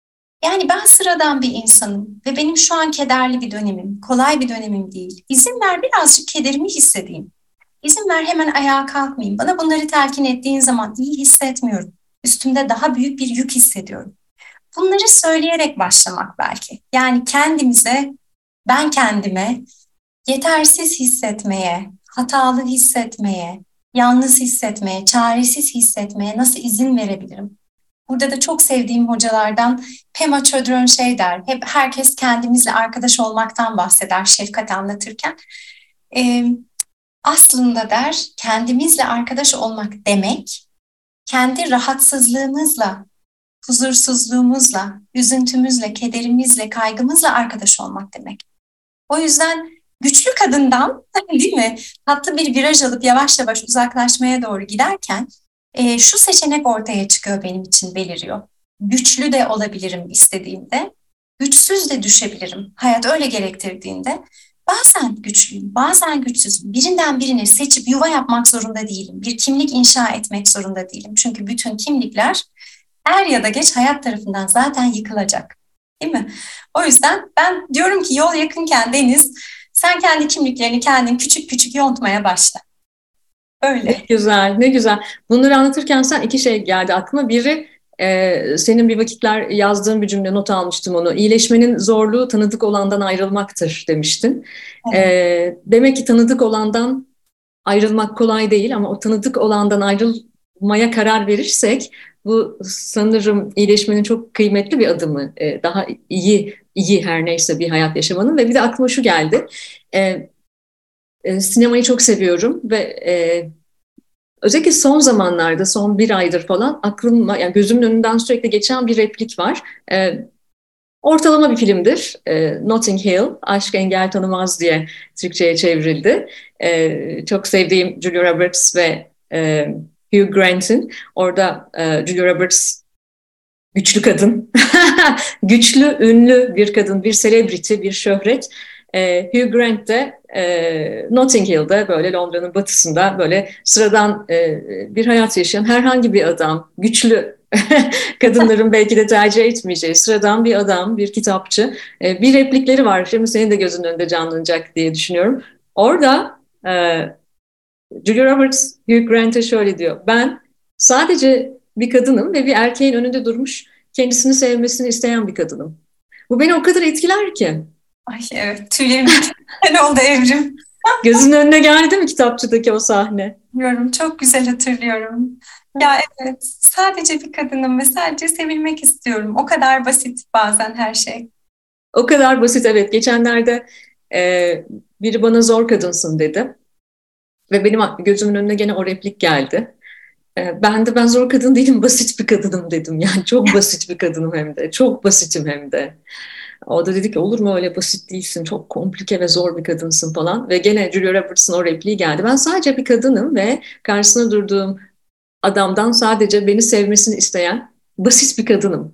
Yani ben sıradan bir insanım ve benim şu an kederli bir dönemim, kolay bir dönemim değil. İzin ver birazcık kederimi hissedeyim. İzin ver hemen ayağa kalkmayayım. Bana bunları telkin ettiğin zaman iyi hissetmiyorum. Üstümde daha büyük bir yük hissediyorum. Bunları söyleyerek başlamak belki. Yani kendimize, ben kendime yetersiz hissetmeye, hatalı hissetmeye, yalnız hissetmeye, çaresiz hissetmeye nasıl izin verebilirim? Burada da çok sevdiğim hocalardan Pema Chodron şey der, hep herkes kendimizle arkadaş olmaktan bahseder şefkat anlatırken. Ee, aslında der kendimizle arkadaş olmak demek, kendi rahatsızlığımızla, huzursuzluğumuzla, üzüntümüzle, kederimizle, kaygımızla arkadaş olmak demek. O yüzden güçlü kadından, değil mi, tatlı bir viraj alıp yavaş yavaş uzaklaşmaya doğru giderken e, şu seçenek ortaya çıkıyor, benim için beliriyor. Güçlü de olabilirim istediğimde, güçsüz de düşebilirim hayat öyle gerektirdiğinde. Bazen güçlüyüm, bazen güçsüzüm. Birinden birini seçip yuva yapmak zorunda değilim. Bir kimlik inşa etmek zorunda değilim. Çünkü bütün kimlikler er ya da geç hayat tarafından zaten yıkılacak. Değil mi? O yüzden ben diyorum ki yol yakınken Deniz, sen kendi kimliklerini kendin küçük küçük yontmaya başla. Öyle. Ne güzel, ne güzel. Bunları anlatırken sen iki şey geldi aklıma. Biri e, senin bir vakitler yazdığın bir cümle, not almıştım onu. İyileşmenin zorluğu tanıdık olandan ayrılmaktır demiştin. Evet. E, demek ki tanıdık olandan ayrılmak kolay değil ama o tanıdık olandan ayrılmaya karar verirsek bu sanırım iyileşmenin çok kıymetli bir adımı. E, daha iyi, iyi her neyse bir hayat yaşamanın. Ve bir de aklıma şu geldi. E, e, sinemayı çok seviyorum ve e, özellikle son zamanlarda, son bir aydır falan aklıma, yani gözümün önünden sürekli geçen bir replik var. E, ortalama bir filmdir. E, Notting Hill, Aşk Engel Tanımaz diye Türkçe'ye çevrildi. E, çok sevdiğim Julia Roberts ve e, Hugh Grant'in. Orada e, Julia Roberts güçlü kadın, güçlü, ünlü bir kadın, bir celebrity, bir şöhret. E, Hugh Grant de e, Notting Hill'de, böyle Londra'nın batısında böyle sıradan e, bir hayat yaşayan herhangi bir adam, güçlü kadınların belki de tercih etmeyeceği sıradan bir adam, bir kitapçı. E, bir replikleri var, şimdi senin de gözünün önünde canlanacak diye düşünüyorum. Orada e, Julia Roberts Hugh Grant'e şöyle diyor: ben sadece bir kadınım ve bir erkeğin önünde durmuş kendisini sevmesini isteyen bir kadınım. Bu beni o kadar etkiler ki. Ay evet, tüylerim diken oldu Evrim. Gözünün önüne geldi mi kitapçıdaki o sahne? Biliyorum, çok güzel hatırlıyorum. Ya evet, sadece bir kadınım ve sadece sevilmek istiyorum. O kadar basit bazen her şey. O kadar basit, evet. Geçenlerde e, biri bana zor kadınsın dedi. Ve benim gözümün önüne gene o replik geldi. E, ben de ben zor kadın değilim, basit bir kadınım dedim. Yani çok basit bir kadınım hem de. Çok basitim hem de. O da dedi ki olur mu öyle, basit değilsin, çok komplike ve zor bir kadınsın falan. Ve gene Julia Roberts'ın o repliği geldi. Ben sadece bir kadınım ve karşısına durduğum adamdan sadece beni sevmesini isteyen basit bir kadınım.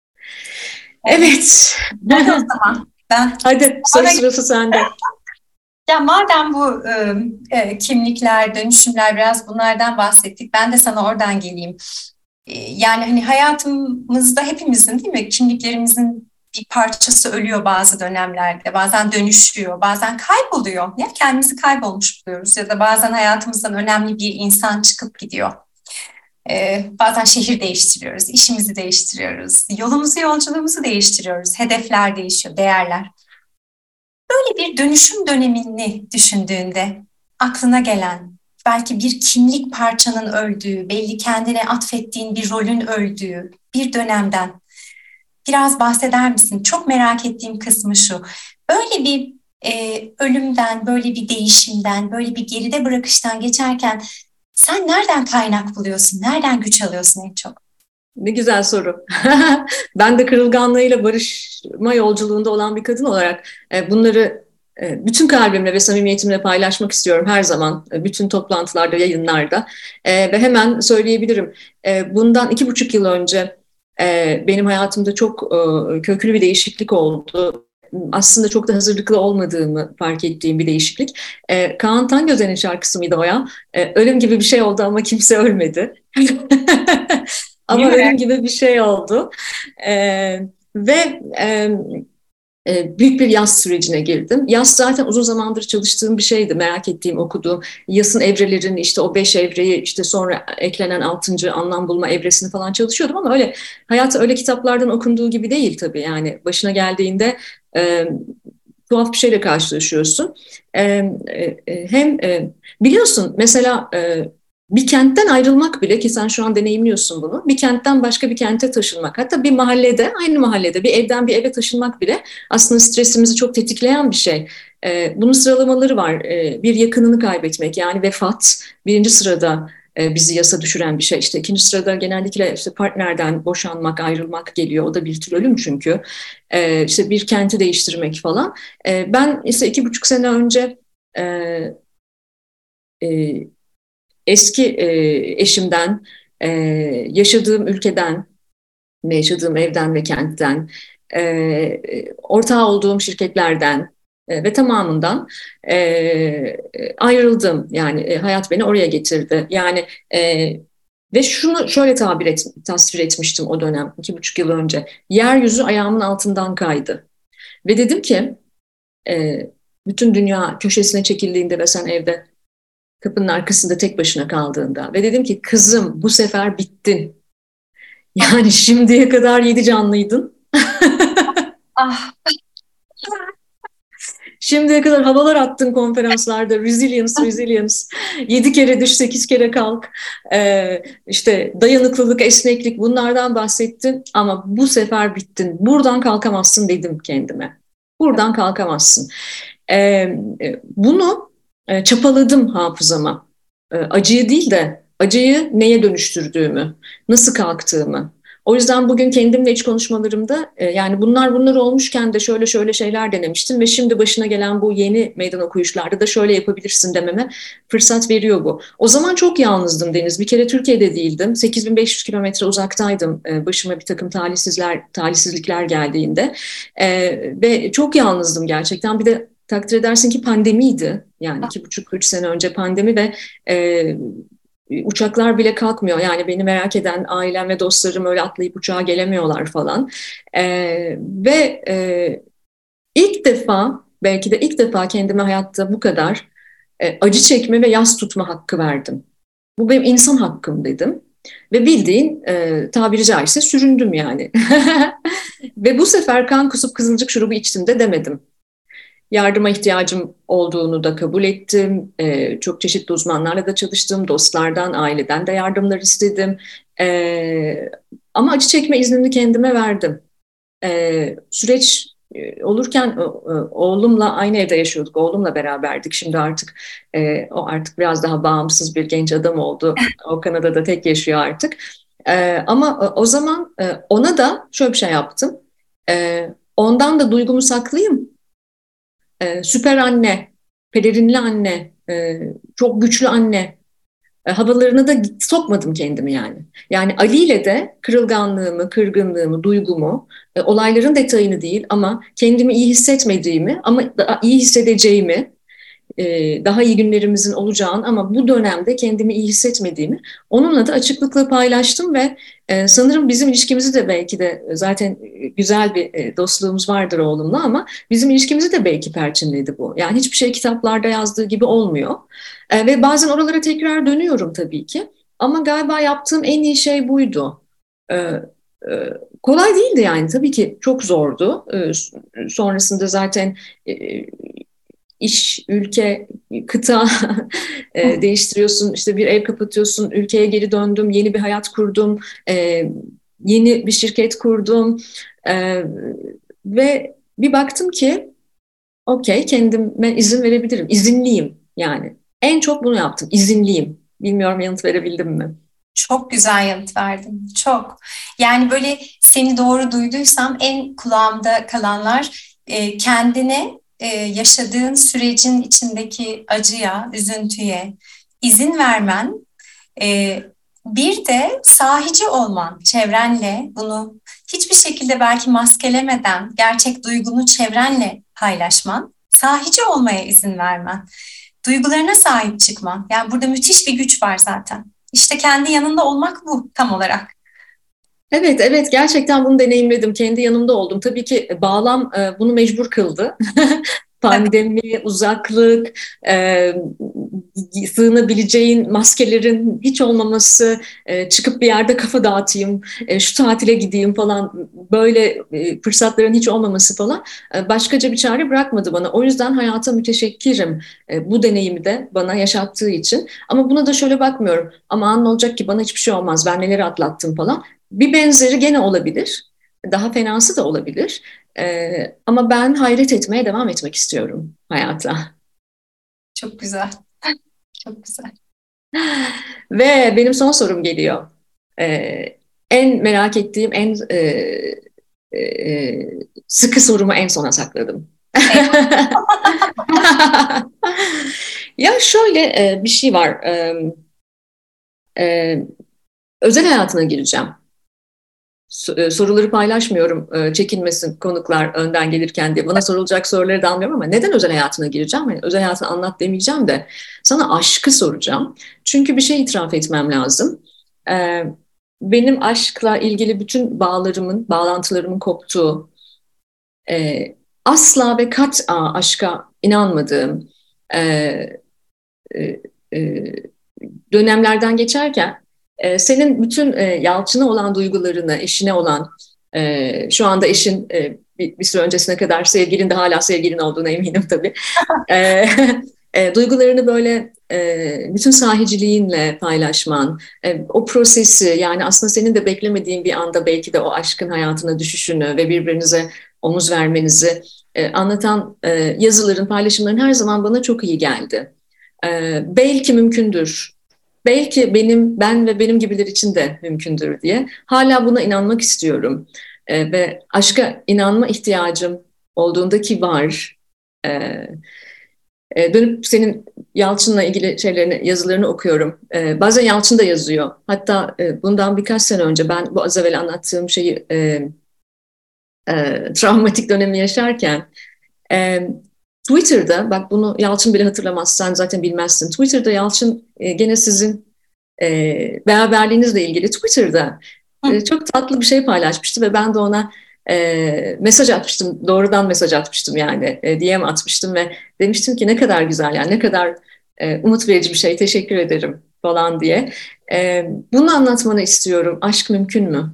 Evet. Hadi o zaman ben Hadi soru sırası sende. Ya madem bu e, e, kimlikler, dönüşümler, biraz bunlardan bahsettik, ben de sana oradan geleyim. E, yani hani hayatımızda hepimizin, değil mi, kimliklerimizin bir parçası ölüyor bazı dönemlerde, bazen dönüşüyor, bazen kayboluyor. Ya kendimizi kaybolmuş buluyoruz ya da bazen hayatımızdan önemli bir insan çıkıp gidiyor. E, bazen şehir değiştiriyoruz, işimizi değiştiriyoruz, yolumuzu, yolculuğumuzu değiştiriyoruz, hedefler değişiyor, değerler. Böyle bir dönüşüm dönemini düşündüğünde aklına gelen, belki bir kimlik parçanın öldüğü, belli kendine atfettiğin bir rolün öldüğü bir dönemden biraz bahseder misin? Çok merak ettiğim kısmı şu: böyle bir e, ölümden, böyle bir değişimden, böyle bir geride bırakıştan geçerken sen nereden kaynak buluyorsun, nereden güç alıyorsun en çok? Ne güzel soru. Ben de kırılganlığıyla barışma yolculuğunda olan bir kadın olarak e, bunları e, bütün kalbimle ve samimiyetimle paylaşmak istiyorum her zaman. E, bütün toplantılarda, yayınlarda. E, ve hemen söyleyebilirim. E, bundan iki buçuk yıl önce e, benim hayatımda çok e, köklü bir değişiklik oldu. Aslında çok da hazırlıklı olmadığımı fark ettiğim bir değişiklik. E, Kaan Tangöze'nin şarkısı mıydı o ya? E, ölüm gibi bir şey oldu ama kimse ölmedi. Ama ölüm gibi bir şey oldu. Ee, ve e, e, büyük bir yaz sürecine girdim. Yaz zaten uzun zamandır çalıştığım bir şeydi. Merak ettiğim, okuduğum. Yas'ın evrelerini, işte o beş evreyi, işte sonra eklenen altıncı anlam bulma evresini falan çalışıyordum ama öyle hayatı öyle kitaplardan okunduğu gibi değil tabii. Yani başına geldiğinde e, tuhaf bir şeyle karşılaşıyorsun. E, e, hem e, biliyorsun mesela e, bir kentten ayrılmak bile, ki sen şu an deneyimliyorsun bunu, bir kentten başka bir kente taşınmak, hatta bir mahallede, aynı mahallede bir evden bir eve taşınmak bile aslında stresimizi çok tetikleyen bir şey. E, bunun sıralamaları var. E, bir yakınını kaybetmek yani vefat birinci sırada e, bizi yasa düşüren bir şey. İşte ikinci sırada genellikle işte partnerden boşanmak, ayrılmak geliyor. O da bir tür ölüm çünkü. E, işte bir kenti değiştirmek falan. E, ben ise iki buçuk sene önce e, e, eski e, eşimden, e, yaşadığım ülkeden, yaşadığım evden ve kentten, e, ortağı olduğum şirketlerden e, ve tamamından e, ayrıldım. Yani e, hayat beni oraya getirdi. Yani e, ve şunu şöyle tabir et, tasvir etmiştim o dönem, iki buçuk yıl önce. Yeryüzü ayağımın altından kaydı. Ve dedim ki, e, bütün dünya köşesine çekildiğinde ve sen evde kapının arkasında tek başına kaldığında ve dedim ki kızım bu sefer bittin. Yani şimdiye kadar yedi canlıydın. Ah, Şimdiye kadar havalar attın konferanslarda. Resilience, resilience. Yedi kere düş, sekiz kere kalk. Ee, işte dayanıklılık, esneklik bunlardan bahsettin. Ama bu sefer bittin. Buradan kalkamazsın dedim kendime. Buradan kalkamazsın. Ee, bunu e, çapaladım hafızama. Ee, acıyı değil de acıyı neye dönüştürdüğümü, nasıl kalktığımı. O yüzden bugün kendimle iç konuşmalarımda e, yani bunlar bunlar olmuşken de şöyle şöyle şeyler denemiştim ve şimdi başına gelen bu yeni meydan okuyuşlarda da şöyle yapabilirsin dememe fırsat veriyor bu. O zaman çok yalnızdım Deniz. Bir kere Türkiye'de değildim. sekiz bin beş yüz kilometre uzaktaydım e, başıma bir takım talihsizler, talihsizlikler geldiğinde e, ve çok yalnızdım gerçekten. Bir de takdir edersin ki pandemiydi. Yani iki buçuk, üç sene önce pandemi ve e, uçaklar bile kalkmıyor. Yani beni merak eden ailem ve dostlarım öyle atlayıp uçağa gelemiyorlar falan. Ee, ve e, ilk defa, belki de ilk defa kendime hayatta bu kadar e, acı çekme ve yas tutma hakkı verdim. Bu benim insan hakkım dedim. Ve bildiğin e, tabiri caizse süründüm yani. Ve bu sefer kan kusup kızılcık şurubu içtim de demedim. Yardıma ihtiyacım olduğunu da kabul ettim. Ee, çok çeşitli uzmanlarla da çalıştım. Dostlardan, aileden de yardımlar istedim. Ee, ama acı çekme iznini kendime verdim. Ee, süreç e, olurken e, oğlumla aynı evde yaşıyorduk. Oğlumla beraberdik. Şimdi artık e, o artık biraz daha bağımsız bir genç adam oldu. O Kanada'da tek yaşıyor artık. Ee, ama o zaman e, ona da şöyle bir şey yaptım. Ee, ondan da duygumu saklayayım. Ee, süper anne, pelerinli anne, e, çok güçlü anne e, havalarına da sokmadım kendimi yani. Yani Ali ile de kırılganlığımı, kırgınlığımı, duygumu, e, olayların detayını değil ama kendimi iyi hissetmediğimi ama da iyi hissedeceğimi, e, daha iyi günlerimizin olacağını ama bu dönemde kendimi iyi hissetmediğimi onunla da açıklıkla paylaştım ve e, sanırım bizim ilişkimizi de belki de zaten güzel bir e, dostluğumuz vardır oğlumla ama bizim ilişkimizi de belki perçinledi bu. Yani hiçbir şey kitaplarda yazdığı gibi olmuyor. E, ve bazen oralara tekrar dönüyorum tabii ki. Ama galiba yaptığım en iyi şey buydu. E, e, kolay değildi yani tabii ki çok zordu. E, sonrasında zaten e, iş, ülke, kıta e, değiştiriyorsun. İşte bir ev kapatıyorsun, ülkeye geri döndüm, yeni bir hayat kurdum, e, yeni bir şirket kurdum e, ve bir baktım ki okey kendime izin verebilirim, izinliyim yani. En çok bunu yaptım, izinliyim. Bilmiyorum yanıt verebildim mi? çok güzel yanıt verdin. Çok. Yani böyle seni doğru duyduysam en kulağımda kalanlar e, kendine e, yaşadığın sürecin içindeki acıya, üzüntüye izin vermen, e, bir de sahici olman çevrenle bunu hiçbir şekilde belki maskelemeden gerçek duygunu çevrenle paylaşman, sahici olmaya izin vermen, duygularına sahip çıkman. Yani burada müthiş bir güç var zaten. İşte kendi yanında olmak bu tam olarak. Evet, evet gerçekten bunu deneyimledim. Kendi yanımda oldum. Tabii ki bağlam e, bunu mecbur kıldı. Tabii. Pandemi, uzaklık, e, sığınabileceğin maskelerin hiç olmaması, e, çıkıp bir yerde kafa dağıtayım, e, şu tatile gideyim falan böyle e, fırsatların hiç olmaması falan e, başkaca bir çare bırakmadı bana. O yüzden hayata müteşekkirim e, bu deneyimi de bana yaşattığı için. Ama buna da şöyle bakmıyorum. Aman ne olacak ki bana hiçbir şey olmaz, ben neleri atlattım falan. Bir benzeri gene olabilir. Daha fenası da olabilir. Ee, ama ben hayret etmeye devam etmek istiyorum hayata. Çok güzel. Çok güzel. Ve benim son sorum geliyor. Ee, en merak ettiğim, en e, e, sıkı sorumu en sona sakladım. Evet. Ya şöyle e, bir şey var. E, e, özel hayatına gireceğim. So- Soruları paylaşmıyorum, e, çekinmesin konuklar önden gelirken diye. Bana sorulacak soruları da almıyorum ama neden özel hayatına gireceğim? Yani özel hayatını anlat demeyeceğim de sana aşkı soracağım. Çünkü bir şey itiraf etmem lazım. E, benim aşkla ilgili bütün bağlarımın, bağlantılarımın koptuğu, e, asla ve kat'a aşka inanmadığım e, e, e, dönemlerden geçerken e, senin bütün e, Yalçın'a olan duygularını, eşine olan, e, şu anda eşin e, bir, bir süre öncesine kadar sevgilin de hala sevgilin olduğuna eminim tabii. E, e, duygularını böyle e, bütün sahiciliğinle paylaşman, e, o prosesi yani aslında senin de beklemediğin bir anda belki de o aşkın hayatına düşüşünü ve birbirinize omuz vermenizi e, anlatan e, yazıların, paylaşımların her zaman bana çok iyi geldi. E, belki mümkündür. Belki benim, ben ve benim gibiler için de mümkündür diye. Hala buna inanmak istiyorum. E, ve aşka inanma ihtiyacım olduğunda ki var. E, e, dönüp senin Yalçın'la ilgili şeylerini, yazılarını okuyorum. E, bazen Yalçın da yazıyor. Hatta e, bundan birkaç sene önce ben bu az evvel anlattığım şeyi e, e, travmatik dönemi yaşarken e, Twitter'da, bak bunu Yalçın bile hatırlamaz, sen zaten bilmezsin. Twitter'da Yalçın e, gene sizin e, beraberliğinizle ilgili Twitter'da e, çok tatlı bir şey paylaşmıştı ve ben de ona e, mesaj atmıştım, doğrudan mesaj atmıştım yani e, D M atmıştım ve demiştim ki ne kadar güzel yani ne kadar e, umut verici bir şey, teşekkür ederim falan diye. E, bunu anlatmanı istiyorum. Aşk mümkün mü?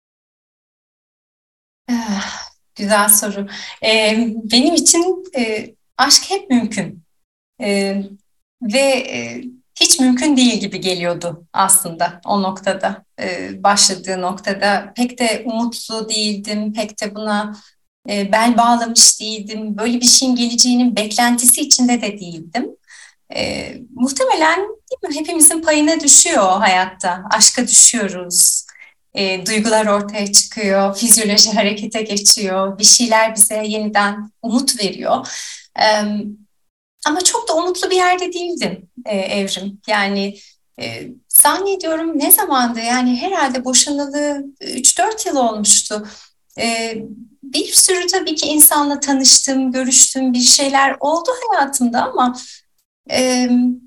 Ah, güzel soru. Ee, benim için e, aşk hep mümkün. Ee, ve e, hiç mümkün değil gibi geliyordu aslında o noktada. Ee, başladığı noktada pek de umutlu değildim, pek de buna e, bel bağlamış değildim. Böyle bir şeyin geleceğinin beklentisi içinde de değildim. Ee, muhtemelen değil mi? Hepimizin payına düşüyor o hayatta. Aşka düşüyoruz. Ee, duygular ortaya çıkıyor. Fizyoloji harekete geçiyor. Bir şeyler bize yeniden umut veriyor. Ee, ama çok da umutlu bir yerde değildim e, Evrim. Yani e, zannediyorum ne zamandı? Yani herhalde boşanalı üç dört yıl olmuştu. E, bir sürü tabii ki insanla tanıştım, görüştüm, bir şeyler oldu hayatımda ama e,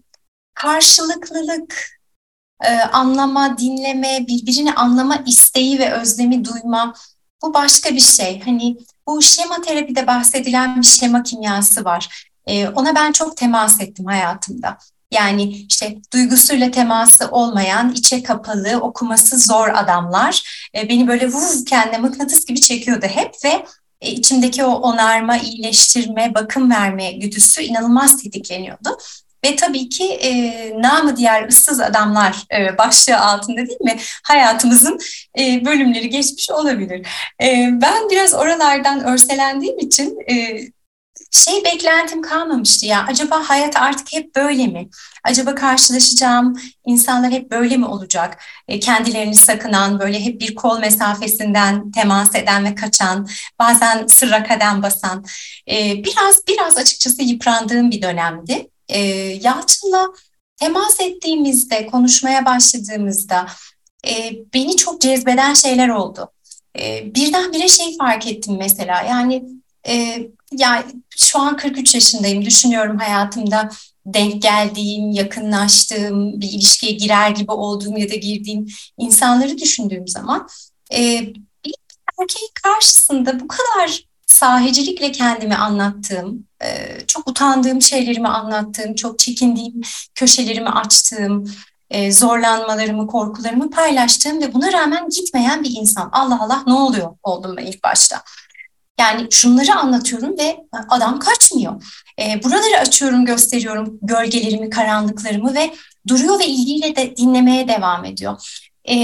karşılıklılık, e, anlama, dinleme, birbirini anlama isteği ve özlemi duyma, bu başka bir şey. Hani bu şema terapide bahsedilen bir şema kimyası var. E, ona ben çok temas ettim hayatımda. Yani işte duygusuyla teması olmayan, içe kapalı, okuması zor adamlar e, beni böyle vuv kendine mıknatıs gibi çekiyordu hep ve e, içimdeki o onarma, iyileştirme, bakım verme güdüsü inanılmaz tetikleniyordu. Ve tabii ki e, namı diğer ıssız adamlar e, başlığı altında değil mi? Hayatımızın e, bölümleri geçmiş olabilir. E, ben biraz oralardan örselendiğim için e, şey beklentim kalmamıştı ya. Acaba hayat artık hep böyle mi? Acaba karşılaşacağım insanlar hep böyle mi olacak? E, kendilerini sakınan, böyle hep bir kol mesafesinden temas eden ve kaçan, bazen sırra kadem basan. E, biraz biraz açıkçası yıprandığım bir dönemdi. E, Yalçın'la temas ettiğimizde, konuşmaya başladığımızda e, beni çok cezbeden şeyler oldu. E, birdenbire şey fark ettim mesela. Yani e, ya şu an kırk üç yaşındayım. Düşünüyorum hayatımda denk geldiğim, yakınlaştığım, bir ilişkiye girer gibi olduğum ya da girdiğim insanları düşündüğüm zaman e, bir erkeğin karşısında bu kadar sahicilikle kendimi anlattığım, e, çok utandığım şeylerimi anlattığım, çok çekindiğim köşelerimi açtığım, e, zorlanmalarımı, korkularımı paylaştığım ve buna rağmen gitmeyen bir insan. Allah Allah ne oluyor oldum ben ilk başta. Yani şunları anlatıyorum ve adam kaçmıyor. E, buraları açıyorum, gösteriyorum gölgelerimi, karanlıklarımı ve duruyor ve ilgiyle de dinlemeye devam ediyor. E,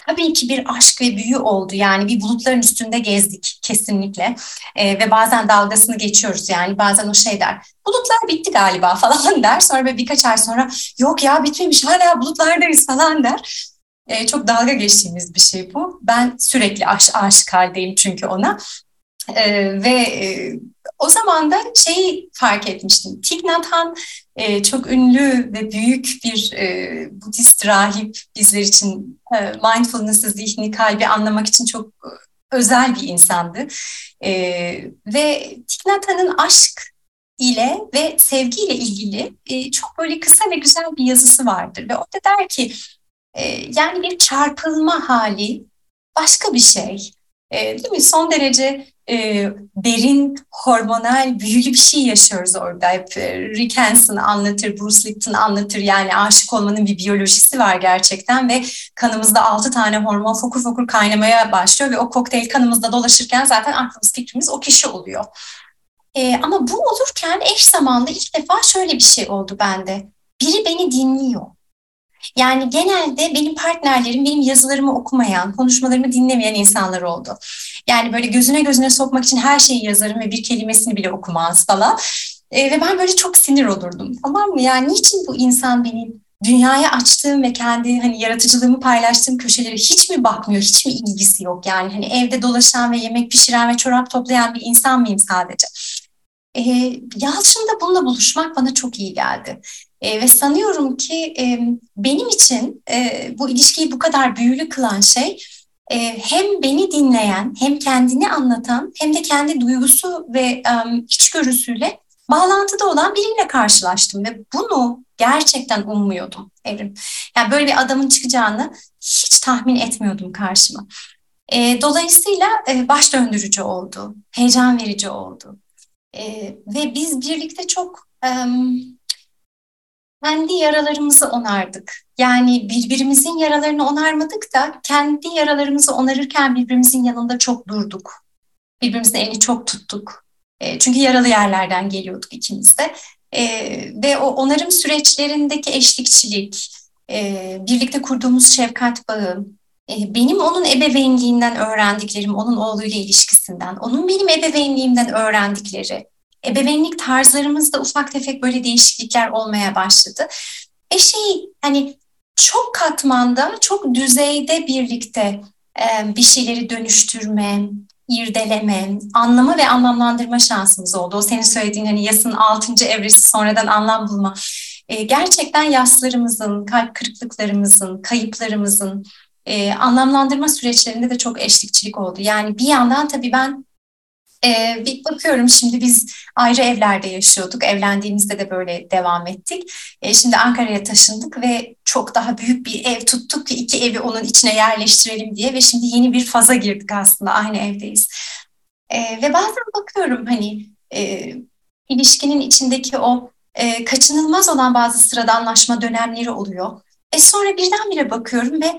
tabii ki bir aşk ve büyü oldu. Yani bir bulutların üstünde gezdik kesinlikle. Ee, ve bazen dalgasını geçiyoruz, yani bazen o şey der. Bulutlar bitti galiba falan der. Sonra böyle birkaç ay sonra yok ya bitmemiş, hala bulutlardayız falan der. Ee, çok dalga geçtiğimiz bir şey bu. Ben sürekli aş aşık haldeyim çünkü ona. Ee, ve e, o zaman da şeyi fark etmiştim. Thich Nhat Hanh e, çok ünlü ve büyük bir e, Budist rahip, bizler için e, mindfulness'ı, zihni, kalbi anlamak için çok e, özel bir insandı. E, ve Thich Nhat Hanh'ın aşk ile ve sevgiyle ilgili e, çok böyle kısa ve güzel bir yazısı vardır. Ve orada der ki e, yani bir çarpılma hali başka bir şey. E, değil mi? Son derece e, derin, hormonal, büyülü bir şey yaşıyoruz orada. Hep e, Rick Hanson anlatır, Bruce Lipton anlatır. Yani aşık olmanın bir biyolojisi var gerçekten ve kanımızda altı tane hormon fokur fokur kaynamaya başlıyor ve o kokteyl kanımızda dolaşırken zaten aklımız fikrimiz o kişi oluyor. E, ama bu olurken eş zamanlı ilk defa şöyle bir şey oldu bende. Biri beni dinliyor. Yani genelde benim partnerlerim benim yazılarımı okumayan, konuşmalarımı dinlemeyen insanlar oldu. Yani böyle gözüne gözüne sokmak için her şeyi yazarım ve bir kelimesini bile okumaz falan. E, ve ben böyle çok sinir olurdum, tamam mı? Yani niçin bu insan benim dünyaya açtığım ve kendi hani yaratıcılığımı paylaştığım köşelere hiç mi bakmıyor, hiç mi ilgisi yok? Yani hani evde dolaşan ve yemek pişiren ve çorap toplayan bir insan mıyım sadece? E, Yalçın'da bununla buluşmak bana çok iyi geldi. E, ve sanıyorum ki e, benim için e, bu ilişkiyi bu kadar büyülü kılan şey e, hem beni dinleyen, hem kendini anlatan, hem de kendi duygusu ve e, içgörüsüyle bağlantıda olan biriyle karşılaştım. Ve bunu gerçekten ummuyordum Evrim. Yani böyle bir adamın çıkacağını hiç tahmin etmiyordum karşıma. E, dolayısıyla e, baş döndürücü oldu, heyecan verici oldu. Ee, ve biz birlikte çok em, kendi yaralarımızı onardık. Yani birbirimizin yaralarını onarmadık da kendi yaralarımızı onarırken birbirimizin yanında çok durduk. Birbirimizin elini çok tuttuk. E, çünkü yaralı yerlerden geliyorduk ikimiz de. E, ve o onarım süreçlerindeki eşlikçilik, e, birlikte kurduğumuz şefkat bağı, e, benim onun ebeveynliğinden öğrendiklerim, onun oğluyla ilişkisinden, onun benim ebeveynliğimden öğrendikleri, ebeveynlik tarzlarımızda ufak tefek böyle değişiklikler olmaya başladı. E şey hani çok katmanda, çok düzeyde birlikte e, bir şeyleri dönüştürme, irdeleme, anlama ve anlamlandırma şansımız oldu. O senin söylediğin hani yasın altıncı evresi, sonradan anlam bulma. E, gerçekten yaslarımızın, kalp kırıklıklarımızın, kayıplarımızın e, anlamlandırma süreçlerinde de çok eşlikçilik oldu. Yani bir yandan tabii ben Ee, bir bakıyorum, şimdi biz ayrı evlerde yaşıyorduk. Evlendiğimizde de böyle devam ettik. Ee, şimdi Ankara'ya taşındık ve çok daha büyük bir ev tuttuk ki iki evi onun içine yerleştirelim diye ve şimdi yeni bir faza girdik, aslında aynı evdeyiz. Ee, ve bazen bakıyorum hani e, ilişkinin içindeki o e, kaçınılmaz olan bazı sıradanlaşma dönemleri oluyor. E sonra birdenbire bakıyorum ve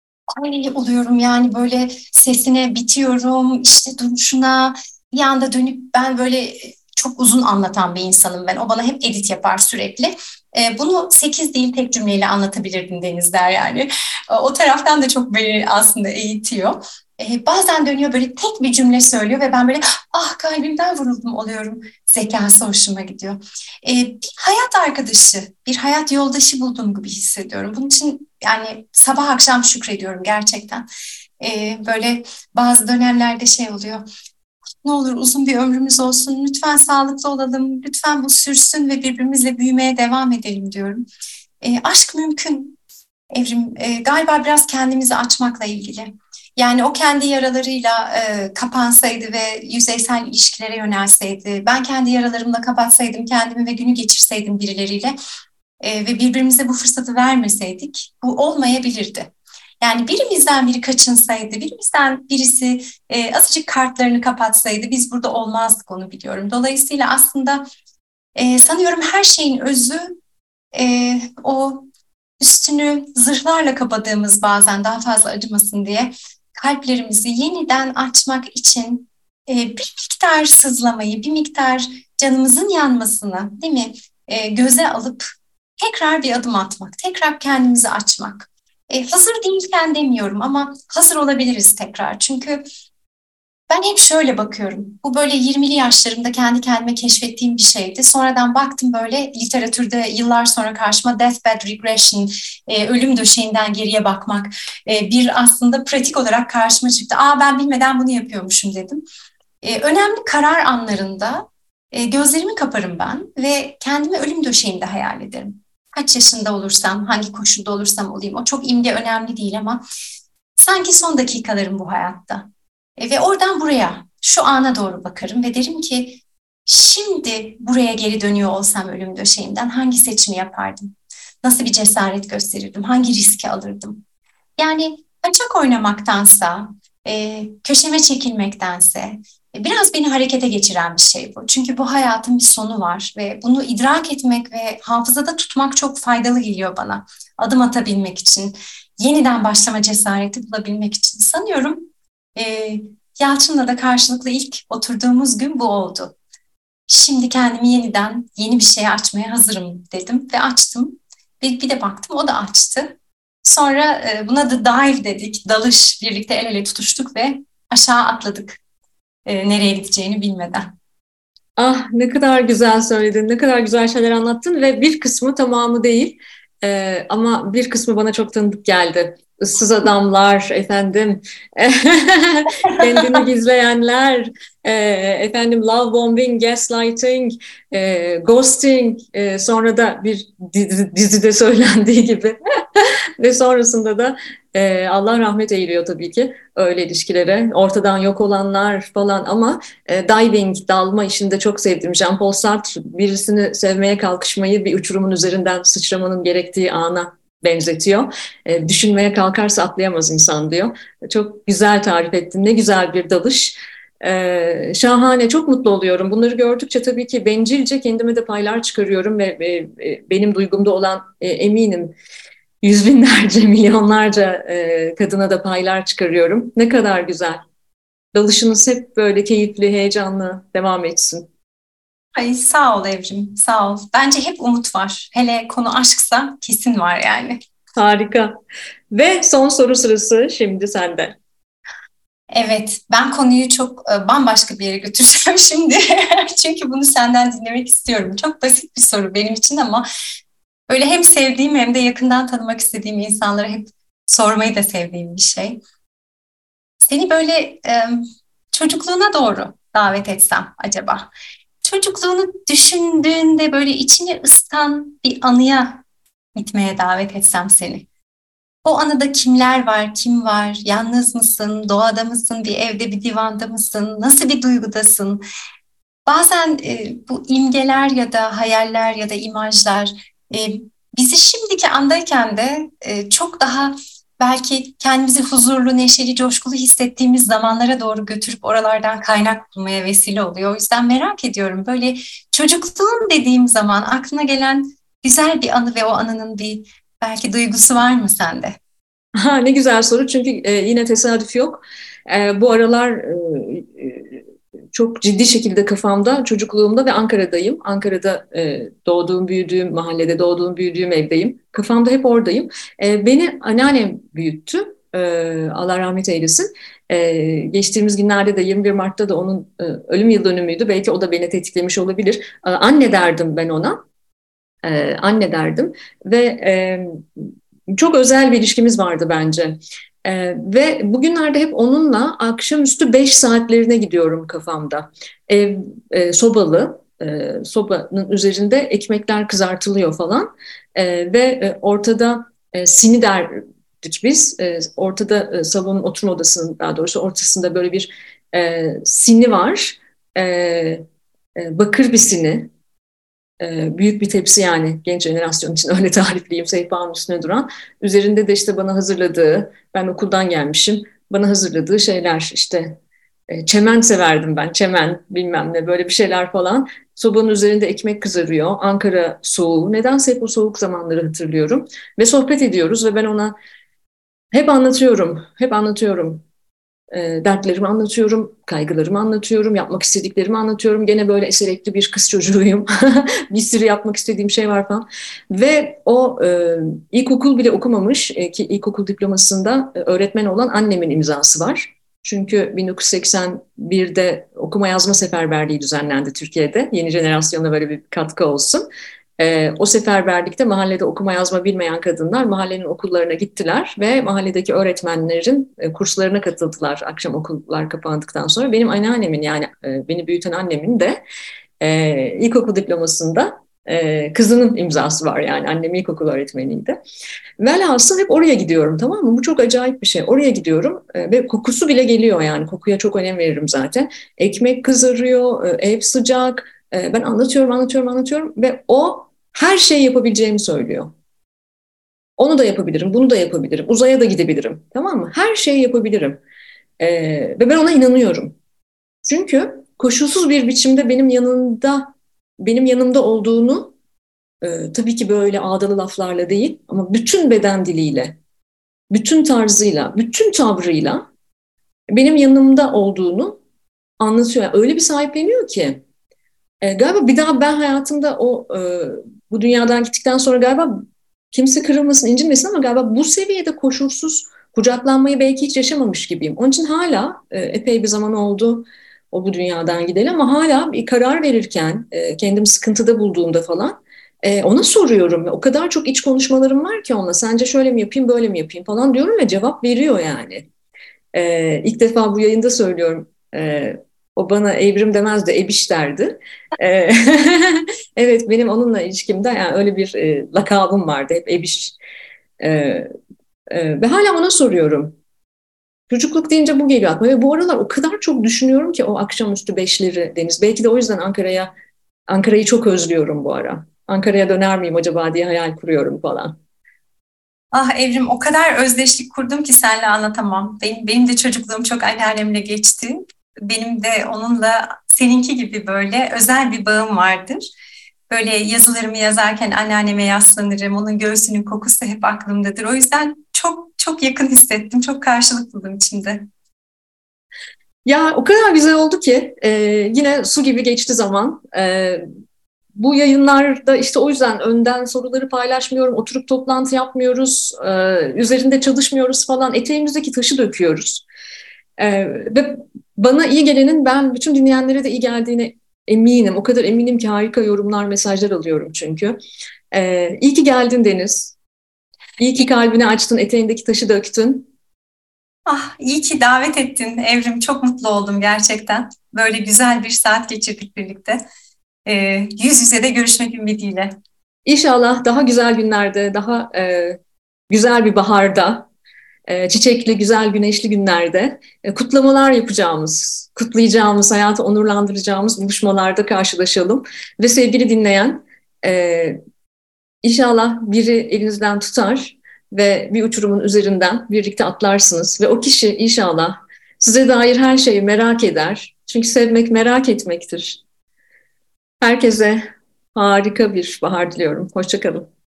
ay oluyorum, yani böyle sesine bitiyorum, işte duruşuna bir anda dönüp, ben böyle çok uzun anlatan bir insanım ben. O bana hep edit yapar sürekli. E, bunu sekiz değil tek cümleyle anlatabilirdim Deniz der yani. E, o taraftan da çok beni aslında eğitiyor. E, bazen dönüyor böyle tek bir cümle söylüyor ve ben böyle ah kalbimden vuruldum oluyorum. Zekası hoşuma gidiyor. E, bir hayat arkadaşı, bir hayat yoldaşı bulduğum gibi hissediyorum. Bunun için yani sabah akşam şükrediyorum gerçekten. E, böyle bazı dönemlerde şey oluyor. Ne olur uzun bir ömrümüz olsun, lütfen sağlıklı olalım, lütfen bu sürsün ve birbirimizle büyümeye devam edelim diyorum. E, aşk mümkün Evrim. E, galiba biraz kendimizi açmakla ilgili. Yani o kendi yaralarıyla e, kapansaydı ve yüzeysel ilişkilere yönelseydi, ben kendi yaralarımla kapatsaydım kendimi ve günü geçirseydim birileriyle e, ve birbirimize bu fırsatı vermeseydik, bu olmayabilirdi. Yani birimizden biri kaçınsaydı, birimizden birisi e, azıcık kartlarını kapatsaydı biz burada olmazdık, onu biliyorum. Dolayısıyla aslında e, sanıyorum her şeyin özü e, o üstünü zırhlarla kapadığımız, bazen daha fazla acımasın diye kalplerimizi yeniden açmak için e, bir miktar sızlamayı, bir miktar canımızın yanmasını, değil mi, e, göze alıp tekrar bir adım atmak, tekrar kendimizi açmak. E, hazır değilken demiyorum ama hazır olabiliriz tekrar. Çünkü ben hep şöyle bakıyorum. Bu böyle yirmili yaşlarımda kendi kendime keşfettiğim bir şeydi. Sonradan baktım böyle literatürde yıllar sonra karşıma deathbed regression, e, ölüm döşeğinden geriye bakmak e, bir aslında pratik olarak karşıma çıktı. Aa, ben bilmeden bunu yapıyormuşum dedim. E, önemli karar anlarında e, gözlerimi kaparım ben ve kendimi ölüm döşeğimde hayal ederim. Kaç yaşında olursam, hangi koşulda olursam olayım. O çok imge önemli değil ama sanki son dakikalarım bu hayatta. E, ve oradan buraya, şu ana doğru bakarım ve derim ki şimdi buraya geri dönüyor olsam ölüm döşeğimden hangi seçimi yapardım? Nasıl bir cesaret gösterirdim? Hangi riski alırdım? Yani kaçak oynamaktansa, e, köşeme çekilmektense e, biraz beni harekete geçiren bir şey bu. Çünkü bu hayatın bir sonu var ve bunu idrak etmek ve hafızada tutmak çok faydalı geliyor bana. Adım atabilmek için, yeniden başlama cesareti bulabilmek için. Sanıyorum e, Yalçın'la da karşılıklı ilk oturduğumuz gün bu oldu. Şimdi kendimi yeniden yeni bir şey açmaya hazırım dedim ve açtım. Bir, bir de baktım o da açtı. Sonra e, buna da dive dedik, dalış, birlikte el ele tutuştuk ve aşağı atladık e, nereye gideceğini bilmeden. Ah, ne kadar güzel söyledin, ne kadar güzel şeyler anlattın ve bir kısmı, tamamı değil, Ee, ama bir kısmı bana çok tanıdık geldi. Issız adamlar, efendim, kendini gizleyenler, e, efendim, love bombing, gaslighting, e, ghosting, e, sonra da bir dizi, dizide söylendiği gibi ve sonrasında da e, Allah rahmet eyliyor tabii ki öyle ilişkilere, ortadan yok olanlar falan. Ama e, diving, dalma işini de çok sevdim. Jean-Paul Sartre birisini sevmeye kalkışmayı bir uçurumun üzerinden sıçramanın gerektiği ana benzetiyor. E, düşünmeye kalkarsa atlayamaz insan diyor. Çok güzel tarif ettin. Ne güzel bir dalış. Ee, şahane, çok mutlu oluyorum. Bunları gördükçe tabii ki bencilce kendime de paylar çıkarıyorum ve, ve, ve benim duygumda olan e, eminim yüz binlerce, milyonlarca e, kadına da paylar çıkarıyorum. Ne kadar güzel. Dalışınız hep böyle keyifli, heyecanlı devam etsin. Ay, sağ ol Evrim, sağ ol. Bence hep umut var. Hele konu aşksa kesin var yani. Harika. Ve son soru sırası şimdi sende. Evet, ben konuyu çok e, bambaşka bir yere götüreceğim şimdi. Çünkü bunu senden dinlemek istiyorum. Çok basit bir soru benim için ama öyle hem sevdiğim hem de yakından tanımak istediğim insanlara hep sormayı da sevdiğim bir şey. Seni böyle e, çocukluğuna doğru davet etsem acaba? Çocukluğunu düşündüğünde böyle içini ısıtan bir anıya gitmeye davet etsem seni. O anıda kimler var, kim var, yalnız mısın, doğada mısın, bir evde, bir divanda mısın, nasıl bir duygudasın? Bazen e, bu imgeler ya da hayaller ya da imajlar e, bizi şimdiki andayken de e, çok daha belki kendimizi huzurlu, neşeli, coşkulu hissettiğimiz zamanlara doğru götürüp oralardan kaynak bulmaya vesile oluyor. O yüzden merak ediyorum, böyle çocukluğum dediğim zaman aklına gelen güzel bir anı ve o anının bir belki duygusu var mı sende? Ha, ne güzel soru, çünkü e, yine tesadüf yok. E, bu aralar e, e, çok ciddi şekilde kafamda çocukluğumda ve Ankara'dayım. Ankara'da e, doğduğum, büyüdüğüm mahallede, doğduğum, büyüdüğüm evdeyim. Kafamda hep oradayım. E, beni anneannem büyüttü. E, Allah rahmet eylesin. E, geçtiğimiz günlerde de yirmi bir Mart'ta da onun e, ölüm yıl dönümüydü. Belki o da beni tetiklemiş olabilir. E, anne derdim ben ona. E, anne derdim ve e, çok özel bir ilişkimiz vardı bence. Ee, ve bugünlerde hep onunla akşamüstü beş saatlerine gidiyorum kafamda. Ev e, sobalı, e, sobanın üzerinde ekmekler kızartılıyor falan. E, ve e, ortada e, sini derdik biz. E, ortada e, salonun oturma odasının, daha doğrusu ortasında böyle bir e, sini var. E, e, bakır bir sini. E, büyük bir tepsi, yani genç jenerasyon için öyle tarifleyeyim, sehpanın üstüne duran. Üzerinde de işte bana hazırladığı, ben okuldan gelmişim, bana hazırladığı şeyler işte, e, çemen severdim ben, çemen bilmem ne böyle bir şeyler falan. Sobanın üzerinde ekmek kızarıyor, Ankara soğuğu. Nedense hep o soğuk zamanları hatırlıyorum. Ve sohbet ediyoruz ve ben ona hep anlatıyorum, hep anlatıyorum. E, dertlerimi anlatıyorum, kaygılarımı anlatıyorum, yapmak istediklerimi anlatıyorum. Gene böyle eserekli bir kız çocuğuyum. Bir sürü yapmak istediğim şey var falan. Ve o e, ilkokul bile okumamış e, ki ilkokul diplomasında e, öğretmen olan annemin imzası var. Çünkü bin dokuz yüz seksen birde okuma yazma seferberliği düzenlendi Türkiye'de. Yeni jenerasyona böyle bir katkı olsun. E, o seferberlikte mahallede okuma yazma bilmeyen kadınlar mahallenin okullarına gittiler ve mahalledeki öğretmenlerin e, kurslarına katıldılar akşam okullar kapandıktan sonra. Benim anneannemin yani e, beni büyüten annemin de e, ilkokul diplomasında e, kızının imzası var yani annem ilkokul öğretmeniydi. Velhasıl hep oraya gidiyorum, tamam mı? Bu çok acayip bir şey. Oraya gidiyorum e, ve kokusu bile geliyor yani. Kokuya çok önem veririm zaten. Ekmek kızarıyor, e, ev sıcak. E, ben anlatıyorum, anlatıyorum, anlatıyorum ve o her şeyi yapabileceğimi söylüyor. Onu da yapabilirim, bunu da yapabilirim, uzaya da gidebilirim, tamam mı? Her şeyi yapabilirim. E, Ve ben ona inanıyorum. Çünkü koşulsuz bir biçimde benim yanında, benim yanımda olduğunu, e, tabii ki böyle ağdalı laflarla değil, ama bütün beden diliyle, bütün tarzıyla, bütün tavrıyla benim yanımda olduğunu anlatıyor. Yani öyle bir sahipleniyor ki e, galiba bir daha ben hayatımda o e, bu dünyadan gittikten sonra galiba kimse kırılmasın, incinmesin ama galiba bu seviyede koşulsuz kucaklanmayı belki hiç yaşamamış gibiyim. Onun için hala e, epey bir zaman oldu o bu dünyadan gideli ama hala bir karar verirken e, kendimi sıkıntıda bulduğumda falan e, ona soruyorum. O kadar çok iç konuşmalarım var ki onunla. Sence şöyle mi yapayım, böyle mi yapayım falan diyorum ve cevap veriyor yani. E, ilk defa bu yayında söylüyorum. E, O bana Evrim demez de Ebiş derdi. E, evet, benim onunla ilişkimde yani öyle bir e, lakabım vardı. Hep Ebiş. E, e, Ve hala ona soruyorum. Çocukluk deyince bu geliyor aklıma. Ve bu aralar o kadar çok düşünüyorum ki o akşamüstü beşleri Deniz. Belki de o yüzden Ankara'ya Ankara'yı çok özlüyorum bu ara. Ankara'ya döner miyim acaba diye hayal kuruyorum falan. Ah Evrim, o kadar özdeşlik kurdum ki seninle anlatamam. Benim, benim de çocukluğum çok anneannemle geçti. Benim de onunla seninki gibi böyle özel bir bağım vardır. Böyle yazılarımı yazarken anneanneme yaslanırım. Onun göğsünün kokusu hep aklımdadır. O yüzden çok çok yakın hissettim. Çok karşılık buldum içimde. Ya o kadar güzel oldu ki e, yine su gibi geçti zaman. E, bu yayınlarda işte o yüzden önden soruları paylaşmıyorum, oturup toplantı yapmıyoruz, e, üzerinde çalışmıyoruz falan, eteğimizdeki taşı döküyoruz. E, Ve bana iyi gelenin ben bütün dinleyenlere de iyi geldiğine eminim. O kadar eminim ki harika yorumlar, mesajlar alıyorum çünkü. E, iyi ki geldin Deniz. İyi ki kalbini açtın, eteğindeki taşı döktün. Ah, iyi ki davet ettin Evrim. Çok mutlu oldum gerçekten. Böyle güzel bir saat geçirdik birlikte. Ee, yüz yüze de görüşmek ümidiyle. İnşallah daha güzel günlerde, daha e, güzel bir baharda, e, çiçekli, güzel, güneşli günlerde e, kutlamalar yapacağımız, kutlayacağımız, hayatı onurlandıracağımız buluşmalarda karşılaşalım. Ve sevgili dinleyen, e, inşallah biri elinizden tutar ve bir uçurumun üzerinden birlikte atlarsınız. Ve o kişi inşallah size dair her şeyi merak eder. Çünkü sevmek merak etmektir. Herkese harika bir bahar diliyorum. Hoşça kalın.